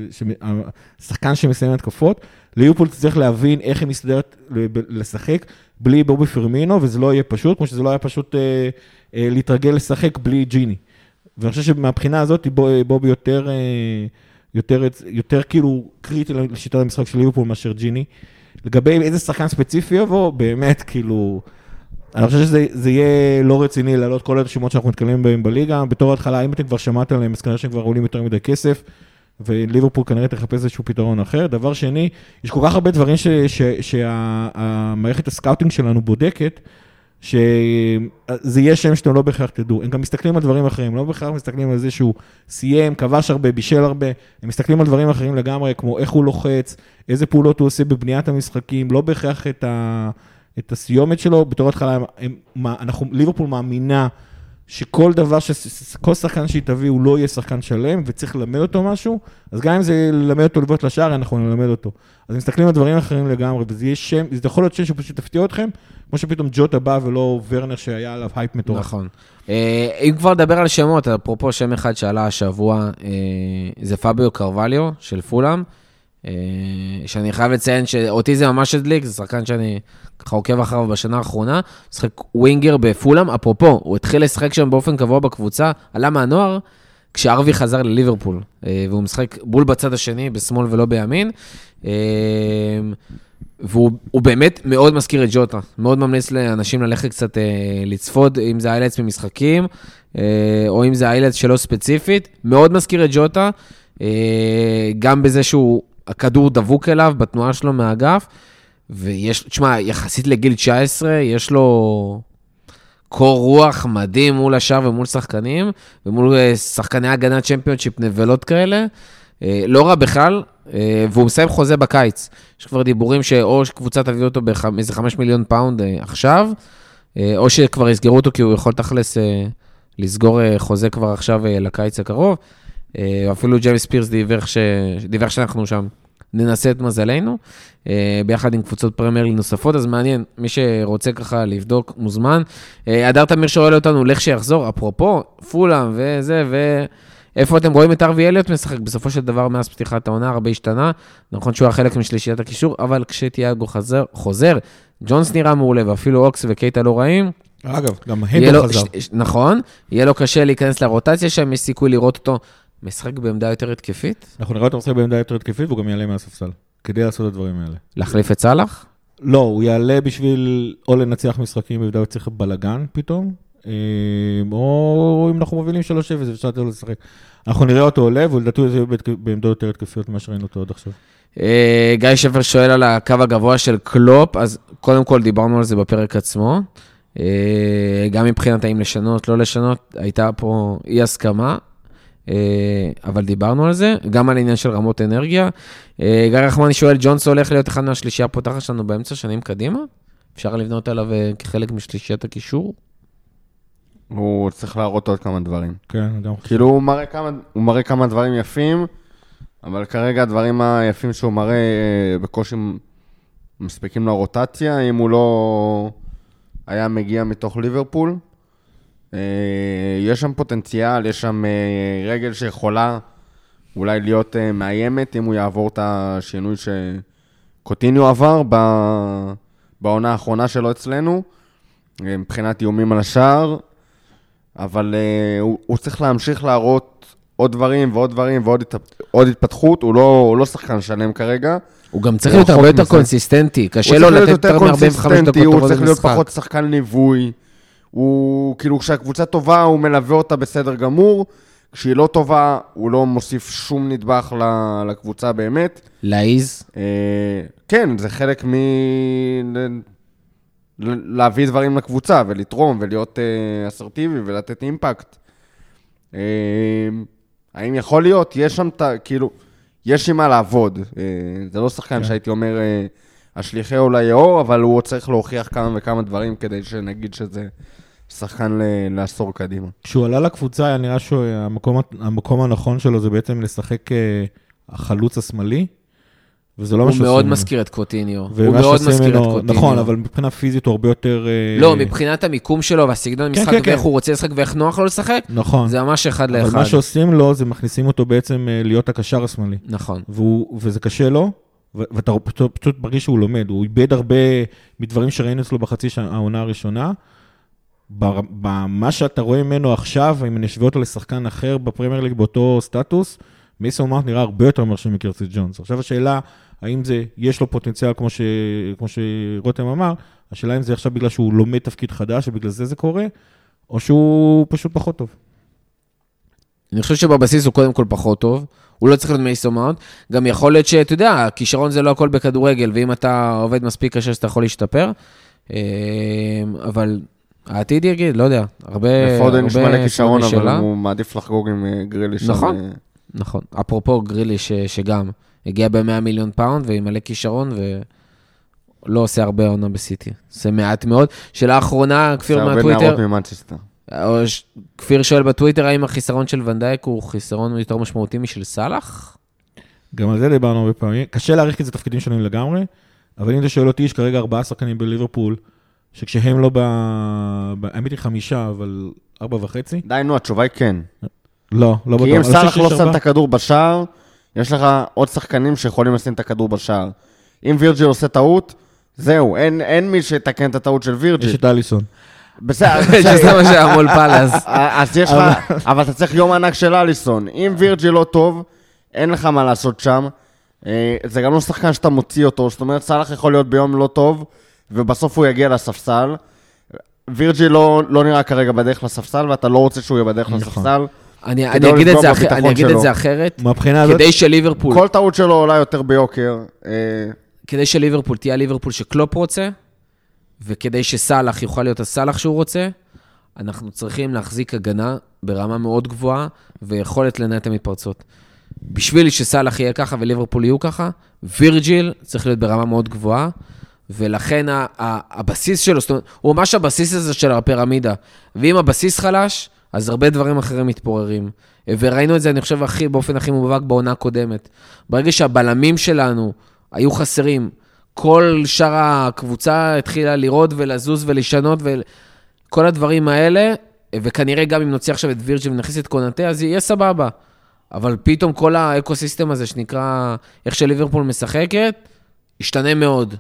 השחקן שמסיים התקפות, ליברפול צריך להבין איך היא מסתדרת לשחק בלי בובי פרמינו, וזה לא יהיה פשוט, כמו שזה לא היה פשוט להתרגל לשחק בלי ג'יני. ואני חושב שמהבחינה הזאת, בובי יותר, יותר, יותר כאילו קריטי לשיטת המשחק של ליברפול מאשר ג'יני. לגבי איזה שחקן ספציפי יבוא, באמת, כאילו, אני חושב שזה יהיה לא רציני לעלות כל הרשימות שאנחנו מתקלמים בהם בליגה. בתור התחלה, אם אתם כבר שמעתם עליהם, אז כנראה שהם כבר עולים יותר מדי כסף, וליברפול כנראה תחפש איזשהו פתרון אחר. דבר שני, יש כל כך הרבה דברים שהמערכת הסקאוטינג שלנו בודקת, שזה יהיה שם שאתם לא בהכרח תדעו. הם גם מסתכלים על דברים אחרים, לא בהכרח מסתכלים על זה שהוא סיים, כבש הרבה, בישל הרבה, הם מסתכלים על דברים אחרים לגמרי, כמו איך הוא לוחץ, איזה פעולות הוא עושה בבניית המשחקים, לא בהכרח את, ה, את הסיומת שלו. בתור התחלה, הם, אנחנו, ליברפול מאמינה שכל דבר, כל שחקן שהיא תביא, הוא לא יהיה שחקן שלם, וצריך ללמד אותו משהו, אז גם אם זה ללמד אותו לבוא לשער, אנחנו נלמד אותו. אז מסתכלים על דברים אחרים לגמרי, וזה יהיה שם, זה יכול להיות שם שפשוט תפתיע אתכם, כמו שפתאום ג'וטה בא ולא ורנר שהיה עליו הייפ מטורף. נכון. אם כבר לדבר על שמות, אפרופו שם אחד שעלה השבוע, זה פאביו קרווליו של פולאם, שאני חייב לציין שאותי זה ממש הדליק, זה שחקן שאני ככה עוקב אחריו בשנה האחרונה, הוא שחק ווינגר בפולאם, אפרופו, הוא התחיל לשחק שם באופן קבוע בקבוצה, עלה מהנוער, כשארווי חזר לליברפול, והוא משחק בול בצד השני, בשמאל ולא בימין, והוא באמת מאוד מזכיר את ג'וטה, מאוד ממליץ לאנשים ללכת קצת לצפוד, אם זה איילץ במשחקים, או אם זה איילץ שלא ספציפית, מאוד מזכיר את ג'וטה, גם בזה שהוא, הכדור דבוק אליו, בתנועה שלו מהאגף, ויש, תשמע, יחסית לגיל תשע עשרה, יש לו קור רוח מדהים מול השאר ומול שחקנים, ומול שחקני הגנה צ'מפיונשיפ נבלות כאלה, לא רע בכלל, והוא מסיים חוזה בקיץ. יש כבר דיבורים שאו שקבוצה תביא אותו באיזה חמש מיליון פאונד עכשיו, או שכבר יסגרו אותו כי הוא יכול תכלס לסגור חוזה כבר עכשיו לקיץ הקרוב, אפילו ג'יימס פירס דיווח שאנחנו שם ננסה את מזלנו, ביחד עם קבוצות פרמייר נוספות, אז מעניין, מי שרוצה ככה לבדוק מוזמן. הדר תמיר שואל אותנו, לך שיחזור, אפרופו, פולאם וזה, ואיפה אתם רואים את ארווי אליוט משחק? בסופו של דבר, מאז פתיחת העונה, הרבה השתנה, נכון שהוא היה חלק משלישיית הקישור, אבל כשתיאגו חזר, חוזר, ג'ונס נראה מעולה, ואפילו אוקס וקייטה לא רעים. אגב, גם הנדו חזר. נכון, יהיה לו קשה להיכנס לרוטציה שם, יש סיכוי לראות אותו משחק בעמדה יותר התקפית? אנחנו נראה אותו משחק בעמדה יותר התקפית, והוא גם יעלה מהספסל, כדי לעשות את הדברים האלה. להחליף את סלאח? לא, הוא יעלה בשביל או לנצח משחקים בעמדה הוא צריך בלגן פתאום, או אם אנחנו מובילים שלוש אפס, אפשר לתת לו לשחק. אנחנו נראה אותו עולה, והוא לדעתי זה בעמדות יותר התקפיות ממה שראינו אותו עד עכשיו. גיא שפר שואל על הקו הגבוה של קלופ, אז קודם כל דיברנו על זה בפרק עצמו, גם מבחינת האם לשנות, לא לשנות, הייתה פה אי הסכמה, אבל דיברנו על זה, גם על העניין של רמות אנרגיה. גיא רחמני שואל, ג'ונס הולך להיות אחד מהשלישייה הפותחת שלנו באמצע שנים קדימה? אפשר לבנות עליו כחלק משלישיית הקישור? הוא צריך להראות עוד כמה דברים. כן, גם חושב. כאילו הוא מראה כמה, הוא מראה כמה דברים יפים, אבל כרגע הדברים היפים שהוא מראה בקושי מספיקים לרוטציה, אם הוא לא היה מגיע מתוך ליברפול. יש שם פוטנציאל, יש שם רגל שיכולה אולי להיות מאיימת, אם הוא יעבור את השינוי שקוטיניו עבר בעונה האחרונה שלו אצלנו, מבחינת איומים על השער, אבל uh, הוא, הוא צריך להמשיך להראות עוד דברים ועוד דברים ועוד עוד התפתחות, הוא לא, הוא לא שחקן שלם כרגע. הוא גם צריך להיות הרבה יותר קונסיסטנטי, קשה לו לתת יותר מ-ארבעים וחמש דקות טובות במשחק. הוא צריך להיות פחות שחקן ליווי, הוא כאילו כשהקבוצה טובה הוא מלווה אותה בסדר גמור, כשהיא לא טובה הוא לא מוסיף שום נדבך לקבוצה באמת. להעיז? אה, כן, זה חלק מ... להביא דברים לקבוצה ולתרום ולהיות אה, אסרטיבי ולתת אימפקט. אה, האם יכול להיות? יש שם, כאילו, יש עם מה לעבוד. אה, זה לא שחקן כן. שהייתי אומר, אה, השליחי אולי יאור, אבל הוא צריך להוכיח כמה וכמה דברים כדי שנגיד שזה שחקן ל- לעשור קדימה. כשהוא עלה לקבוצה, היה נראה שהמקום המקום הנכון שלו זה בעצם לשחק אה, החלוץ השמאלי, וזה לא מה שעושים. הוא מאוד מזכיר את קוטיניו. הוא מאוד מזכיר את קוטיניו. נכון, אבל מבחינה פיזית הוא הרבה יותר... לא, מבחינת המיקום שלו והסגנון המשחק, ואיך הוא רוצה לשחק ואיך נוח לו לשחק, נכון. זה ממש אחד לאחד. אבל מה שעושים לו, זה מכניסים אותו בעצם להיות הקשר השמאלי. נכון. וזה קשה לו, ואתה פשוט מרגיש שהוא לומד. הוא איבד הרבה מדברים שראינו אצלו בחצי העונה הראשונה. במה שאתה רואה ממנו עכשיו, אם נשווה אותו לשחקן אחר בפרמייר ליג באותו סטטוס, מייסון מאונט נראה הרבה יותר מרשים מקרטיס ג'ונס. עכשיו השאלה, האם זה, יש לו פוטנציאל כמו, ש, כמו שרותם אמר, השאלה אם זה עכשיו בגלל שהוא לומד תפקיד חדש, ובגלל זה זה קורה, או שהוא פשוט פחות טוב. אני חושב שבבסיס הוא קודם כל פחות טוב, הוא לא צריך להיות מייסון מאונט, גם יכול להיות שאתה יודע, הכישרון זה לא הכל בכדורגל, ואם אתה עובד מספיק קשה, אתה יכול להשתפר, אבל העתיד יגיד, לא יודע, הרבה... פודן נשמע לכישרון, אבל הוא מעדיף לחגוג עם גריליש. נכון. נכון, אפרופו גרילי ש, שגם הגיע ב-מאה מיליון פאונד, ועם מלא כישרון, ולא עושה הרבה עונה בסיטי. עושה מעט מאוד. שאלה האחרונה, כפיר מהטוויטר... זה הרבה נערות ממנצ'סטר. כפיר שואל בטוויטר, האם החיסרון של ונדייק הוא חיסרון יותר משמעותי משל סלאח? גם על זה דיברנו הרבה פעמים. קשה להעריך את זה תפקידים שונים לגמרי, אבל אם אתה שואל אותי, יש כרגע ארבעה שחקנים בליברפול, שכשהם לא ב... האמת היא חמישה, אבל ארבע וחצי. די, נו, התשובה היא כן. לא, לא בטוח. כי אם סלאח לא שם את הכדור בשער, יש לך עוד שחקנים שיכולים לשים את הכדור בשער. אם וירג'יל עושה טעות, זהו, אין, אין מי שתקן את הטעות של וירג'יל. יש את אליסון. בסדר. שזה מה שהמול פלס. אז יש לך, אבל אתה צריך יום ענק של אליסון. אם וירג'יל לא טוב, אין לך מה לעשות שם. זה גם לא שחקן שאתה מוציא אותו, זאת אומרת, סלאח יכול להיות ביום לא טוב, ובסוף הוא יגיע לספסל. וירג'יל לא, לא נראה כרגע בדרך לספסל, ואתה לא רוצה שהוא יהיה בדרך לספסל. אני, אני, אגיד את, זה, אני אגיד את זה אחרת, כדי שליברפול... כל טעות שלו עולה יותר ביוקר. כדי שליברפול תהיה ליברפול שקלופ רוצה, וכדי שסלאח יוכל להיות הסלאח שהוא רוצה, אנחנו צריכים להחזיק הגנה ברמה מאוד גבוהה, ויכולת לנהל את המתפרצות. בשביל שסלאח יהיה ככה וליברפול יהיו ככה, וירג'יל צריך להיות ברמה מאוד גבוהה, ולכן הבסיס שלו, זאת אומרת, הוא ממש הבסיס הזה של הפירמידה, ואם הבסיס חלש, אז הרבה דברים אחרים מתפוררים. וראינו את זה, אני חושב, הכי, באופן הכי מובהק בעונה הקודמת. ברגע שהבלמים שלנו היו חסרים, כל שאר הקבוצה התחילה לראות ולזוז ולשנות, וכל הדברים האלה, וכנראה גם אם נוציא עכשיו את וירג'יל ונכניס את קונאטה, אז יהיה סבבה. אבל פתאום כל האקוסיסטם הזה, שנקרא איך שליברפול משחקת, השתנה מאוד.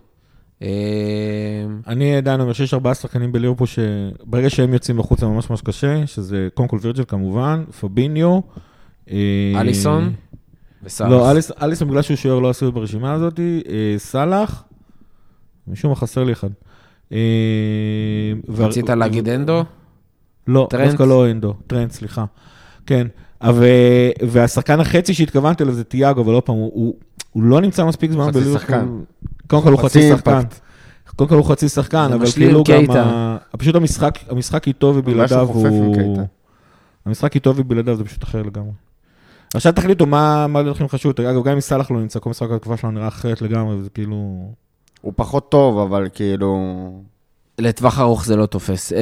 אני עדיין אומר שיש ארבעה שחקנים בליברפול שברגע שהם יוצאים בחוץ זה ממש ממש קשה, שזה קודם כל וירג'יל כמובן, פביניו, אליסון וסלאח. לא, אליסון בגלל שהוא שוער לא עשוי ברשימה הזאת, סלאח, משום מה חסר לי אחד. רצית להגיד אנדו? לא, דווקא לא אנדו, טרנט, סליחה. כן, והשחקן החצי שהתכוונתי אליו זה תיאגו, אבל לא פעם, הוא לא נמצא מספיק זמן בליברפול. קודם כל הוא חצי שחקן. קודם כל הוא חצי שחקן, אבל כאילו גם... פשוט המשחק איתו ובלעדיו הוא... המשחק איתו ובלעדיו זה פשוט אחר לגמרי. עכשיו תחליטו מה לכם חשוב. אגב, גם אם סלאח לא נמצא, כל משחק התקופה שלנו נראה אחרת לגמרי, וזה כאילו... הוא פחות טוב, אבל כאילו... לטווח ארוך זה לא תופס.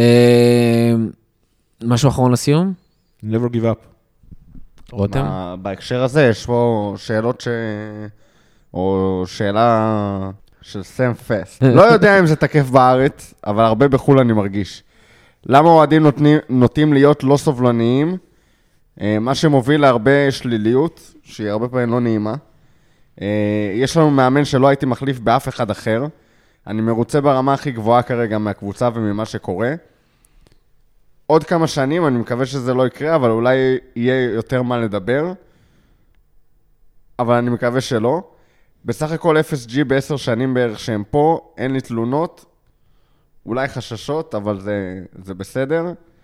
משהו אחרון לסיום? never give up. רותם? בהקשר הזה יש פה שאלות ש... או שאלה של סם פסט. לא יודע אם זה תקף בארץ, אבל הרבה בחול אני מרגיש. למה אוהדים נותנים, נוטים להיות לא סובלניים? מה שמוביל להרבה שליליות, שהיא הרבה פעמים לא נעימה. יש לנו מאמן שלא הייתי מחליף באף אחד אחר. אני מרוצה ברמה הכי גבוהה כרגע מהקבוצה וממה שקורה. עוד כמה שנים, אני מקווה שזה לא יקרה, אבל אולי יהיה יותר מה לדבר. אבל אני מקווה שלא. בסך הכל אפס ג'י בעשר שנים בערך שהם פה, אין לי תלונות, אולי חששות, אבל זה, זה בסדר.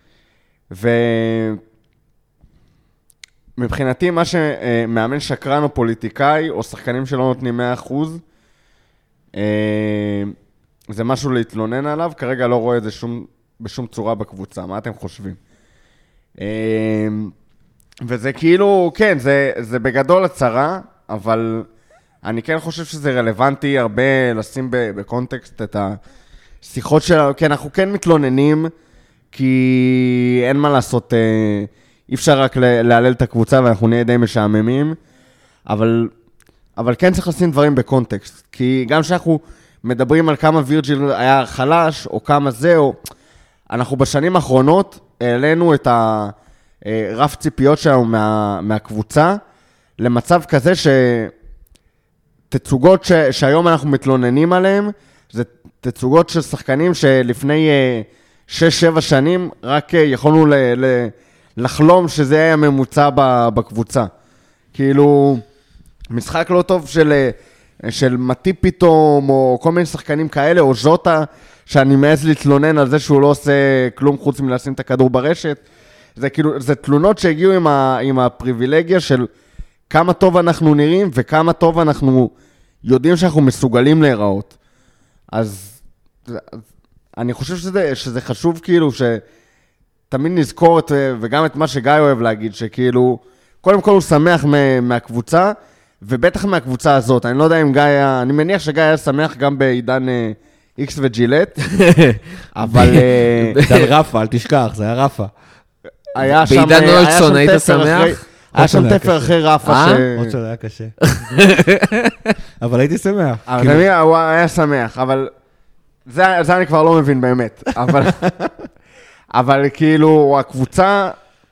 ומבחינתי, מה שמאמן שקרן או פוליטיקאי, או שחקנים שלא נותנים מאה אחוז, זה משהו להתלונן עליו, כרגע לא רואה את זה שום, בשום צורה בקבוצה, מה אתם חושבים? וזה כאילו, כן, זה, זה בגדול הצרה, אבל אני כן חושב שזה רלוונטי הרבה לשים בקונטקסט את השיחות שלנו, כן, אנחנו כן מתלוננים, כי אין מה לעשות, אי אפשר רק להלל את הקבוצה ואנחנו נהיה די משעממים, אבל, אבל כן צריך לשים דברים בקונטקסט, כי גם שאנחנו מדברים על כמה וירג'יל היה חלש, או כמה זה, או... אנחנו בשנים האחרונות העלינו את הרף ציפיות שלנו מה, מהקבוצה, למצב כזה שתצוגות ש, שהיום אנחנו מתלוננים עליהן, זה תצוגות של שחקנים שלפני שש שבע שנים רק יכולנו ל, ל, לחלום שזה היה ממוצע בקבוצה. כאילו, משחק לא טוב של, של מטיפ פתאום, או כל מיני שחקנים כאלה, או ז'וטה, שאני מעז להתלונן על זה שהוא לא עושה כלום חוץ מלשים את הכדור ברשת. זה כאילו, זה תלונות שהגיעו עם, ה, עם הפריבילגיה של כמה טוב אנחנו נראים, וכמה טוב אנחנו יודעים שאנחנו מסוגלים להיראות. אז, אז אני חושב שזה, שזה חשוב כאילו, שתמיד נזכור את, וגם את מה שגיא אוהב להגיד, שכאילו, קודם כל הוא שמח מהקבוצה, ובטח מהקבוצה הזאת. אני לא יודע אם גיא, אני מניח שגיא היה שמח גם בעידן איקס וג'ילט, אבל... זה על רפה, אל תשכח, זה היה רפה. בעידן נולדסון, היית שמח? היה שם תפר אחרי רפה ש... עוד שלא היה קשה. אבל הייתי שמח. אבל הוא היה שמח, אבל... זה אני כבר לא מבין באמת. אבל כאילו, הקבוצה...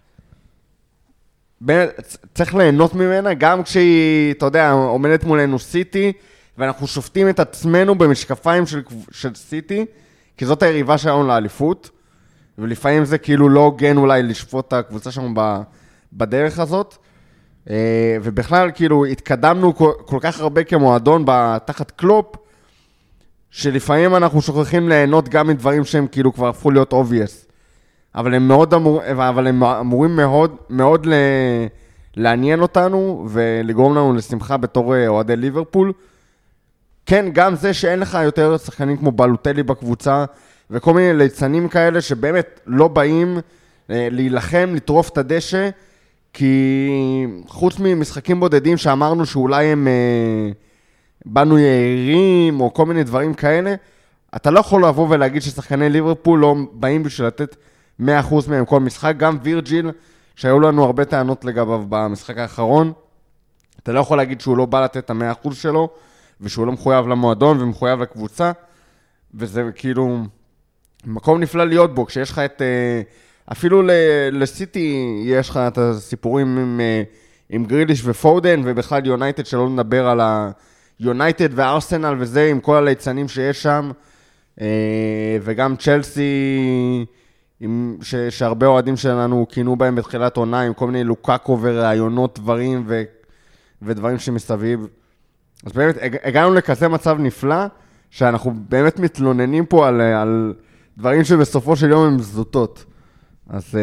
צריך ליהנות ממנה, גם כשהיא, אתה יודע, עומדת מולנו סיטי, ואנחנו שופטים את עצמנו במשקפיים של, של סיטי, כי זאת היריבה שלנו לאליפות, ולפעמים זה כאילו לא הוגן אולי לשפוט את הקבוצה שלנו בדרך הזאת, ובכלל כאילו התקדמנו כל, כל כך הרבה כמועדון תחת קלופ, שלפעמים אנחנו שוכחים ליהנות גם מדברים שהם כאילו כבר הפכו להיות obvious. אבל הם מאוד אמור, אבל הם אמורים מאוד, מאוד לעניין אותנו ולגרום לנו לשמחה בתור אוהדי ליברפול. כן, גם זה שאין לך יותר שחקנים כמו בלוטלי בקבוצה, וכל מיני ליצנים כאלה שבאמת לא באים להילחם, לטרוף את הדשא, כי חוץ ממשחקים בודדים שאמרנו שאולי הם באנו יעירים או כל מיני דברים כאלה, אתה לא יכול לבוא ולהגיד ששחקני ליברפול לא באים בשביל לתת מאה אחוז מהם כל משחק, גם וירג'יל, שהיו לנו הרבה טענות לגביו במשחק האחרון, אתה לא יכול להגיד שהוא לא בא לתת את ה-מאה אחוז שלו, ושהוא לא מחויב למועדון ומחויב לקבוצה, וזה כאילו מקום נפלא להיות בו, כשיש לך את, אפילו לסיטי יש לך את הסיפורים עם, עם גריליש ופודן, ובכלל יונייטד שלא נדבר על היונייטד וארסנל וזה, עם כל הליצנים שיש שם, וגם צ'לסי, עם, ש, שהרבה אוהדים שלנו כינו בהם בתחילת עונה, עם כל מיני לוקאקו ורעיונות דברים ו, ודברים שמסביב. אז באמת, הגענו לכזה מצב נפלא, שאנחנו באמת מתלוננים פה על, על דברים שבסופו של יום הם זוטות. אז,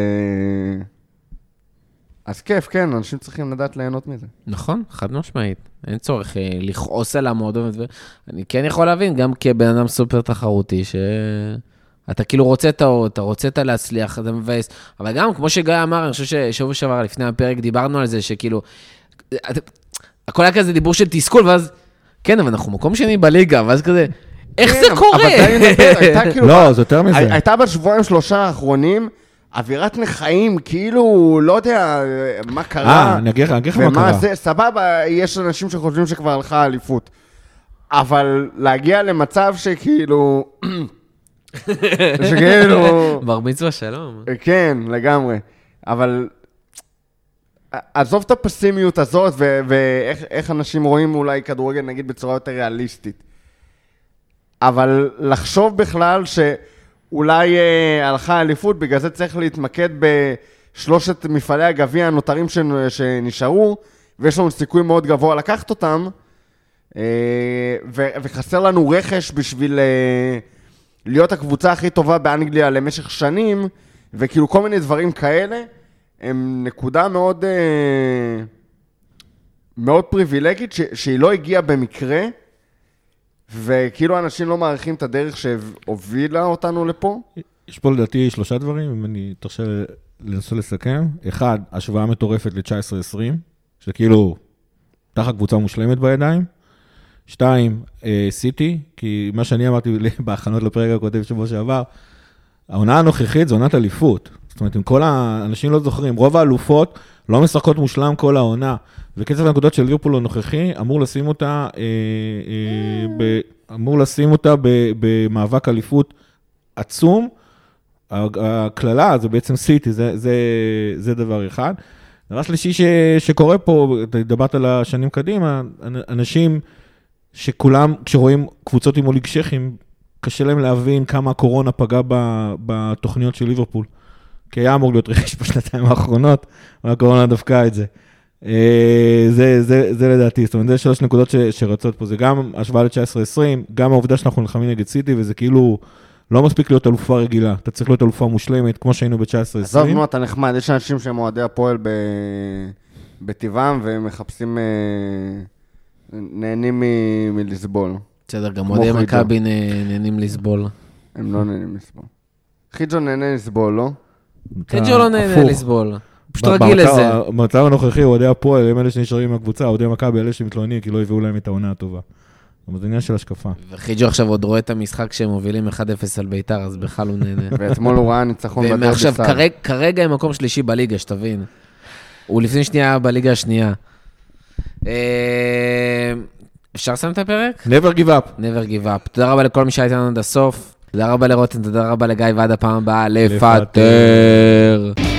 אז כיף, כן, אנשים צריכים לדעת ליהנות מזה. נכון, חד משמעית. אין צורך לכעוס על המועדון. אני כן יכול להבין, גם כבן אדם סופר תחרותי, ש... אתה כאילו רוצה את האור, אתה רוצה את להצליח, אתה מבאס, אבל גם, כמו שגיא אמר, אני חושב ששבוע שעבר לפני הפרק דיברנו על זה, שכאילו, הכל היה כזה דיבור של תסכול, ואז, כן, אבל אנחנו מקום שני בליגה, ואז כזה, איך זה קורה? לא, זה יותר מזה. הייתה בשבועיים שלושה האחרונים, אווירת נחיים, כאילו, לא יודע מה קרה. אה, אני אגיד לך מה קרה. זה, סבבה, יש אנשים שחושבים שכבר הלכה אליפות, אבל להגיע למצב שכאילו... שכאילו... בר מצווה שלום. כן, לגמרי. אבל עזוב את הפסימיות הזאת, ואיך אנשים רואים אולי כדורגל, נגיד, בצורה יותר ריאליסטית. אבל לחשוב בכלל שאולי אה, הלכה אליפות, בגלל זה צריך להתמקד בשלושת מפעלי הגביע הנותרים שנשארו, ויש לנו סיכוי מאוד גבוה לקחת אותם, אה, ו- וחסר לנו רכש בשביל אה, להיות הקבוצה הכי טובה באנגליה למשך שנים, וכאילו כל מיני דברים כאלה, הם נקודה מאוד, אה, מאוד פריבילגית, ש- שהיא לא הגיעה במקרה, וכאילו אנשים לא מעריכים את הדרך שהובילה אותנו לפה. יש פה לדעתי שלושה דברים, אם אני תרשה לנסות לסכם. אחד, השוואה מטורפת ל-תשע עשרה עשרים, שזה כאילו תחת קבוצה מושלמת בידיים. שתיים, סיטי, כי מה שאני אמרתי בהכנות לפרק הקודם שבוע שעבר, העונה הנוכחית זו עונת אליפות. זאת אומרת, אם כל האנשים לא זוכרים, רוב האלופות לא משחקות מושלם כל העונה, וקצב הנקודות של ליברפול הנוכחי אמור לשים אותה, אה, אה, ב, אמור לשים אותה במאבק אליפות עצום. הכללה זה בעצם סיטי, זה, זה, זה דבר אחד. דבר שלישי ש, שקורה פה, דיברת על השנים קדימה, אנשים שכולם, כשרואים קבוצות עם אוליג שכים, קשה להם להבין כמה הקורונה פגעה בתוכניות של ליברפול. כי היה אמור להיות רכש בשנתיים האחרונות, אבל הקורונה דווקא את זה. זה, זה, זה לדעתי, זאת אומרת, זה שלוש נקודות ש, שרצות פה, זה גם השוואה ל-תשע עשרה עשרים, גם העובדה שאנחנו נלחמים נגד סיטי, וזה כאילו לא מספיק להיות אלופה רגילה, אתה צריך להיות אלופה מושלמת, כמו שהיינו ב-תשע עשרה עשרים. עזוב, נו, אתה נחמד, יש אנשים שהם אוהדי הפועל ב... בטבעם, והם מחפשים, נהנים מ... מלסבול. בסדר, גם אוהדי מכבי נהנים לסבול. הם לא נהנים לסבול. חיג'ו נהנה לסבול, לא? חיג'ו לא נהנה לסבול. פשוט רגיל לזה. במצב הנוכחי, אוהדי הפועל, הם אלה שנשארים מהקבוצה, אוהדי מכבי, אלה שמתלוננים, כי לא הביאו להם את העונה הטובה. זה עניין של השקפה. וחיג'ו עכשיו עוד רואה את המשחק שהם מובילים אחד אפס על ביתר, אז בכלל הוא נהנה. ואתמול הוא ראה ניצחון בדרבי סל. ועכשיו, כרגע הם מקום שלישי בליגה, שתבין. הוא לפני שנייה בליגה השנייה. אפשר לסיים את הפרק? Never give up. Never give up. תודה רבה לכל מי שהייתה לנו עד הסוף. תודה רבה לרותם, תודה רבה לגיא, ועד הפעם הבאה לפטר.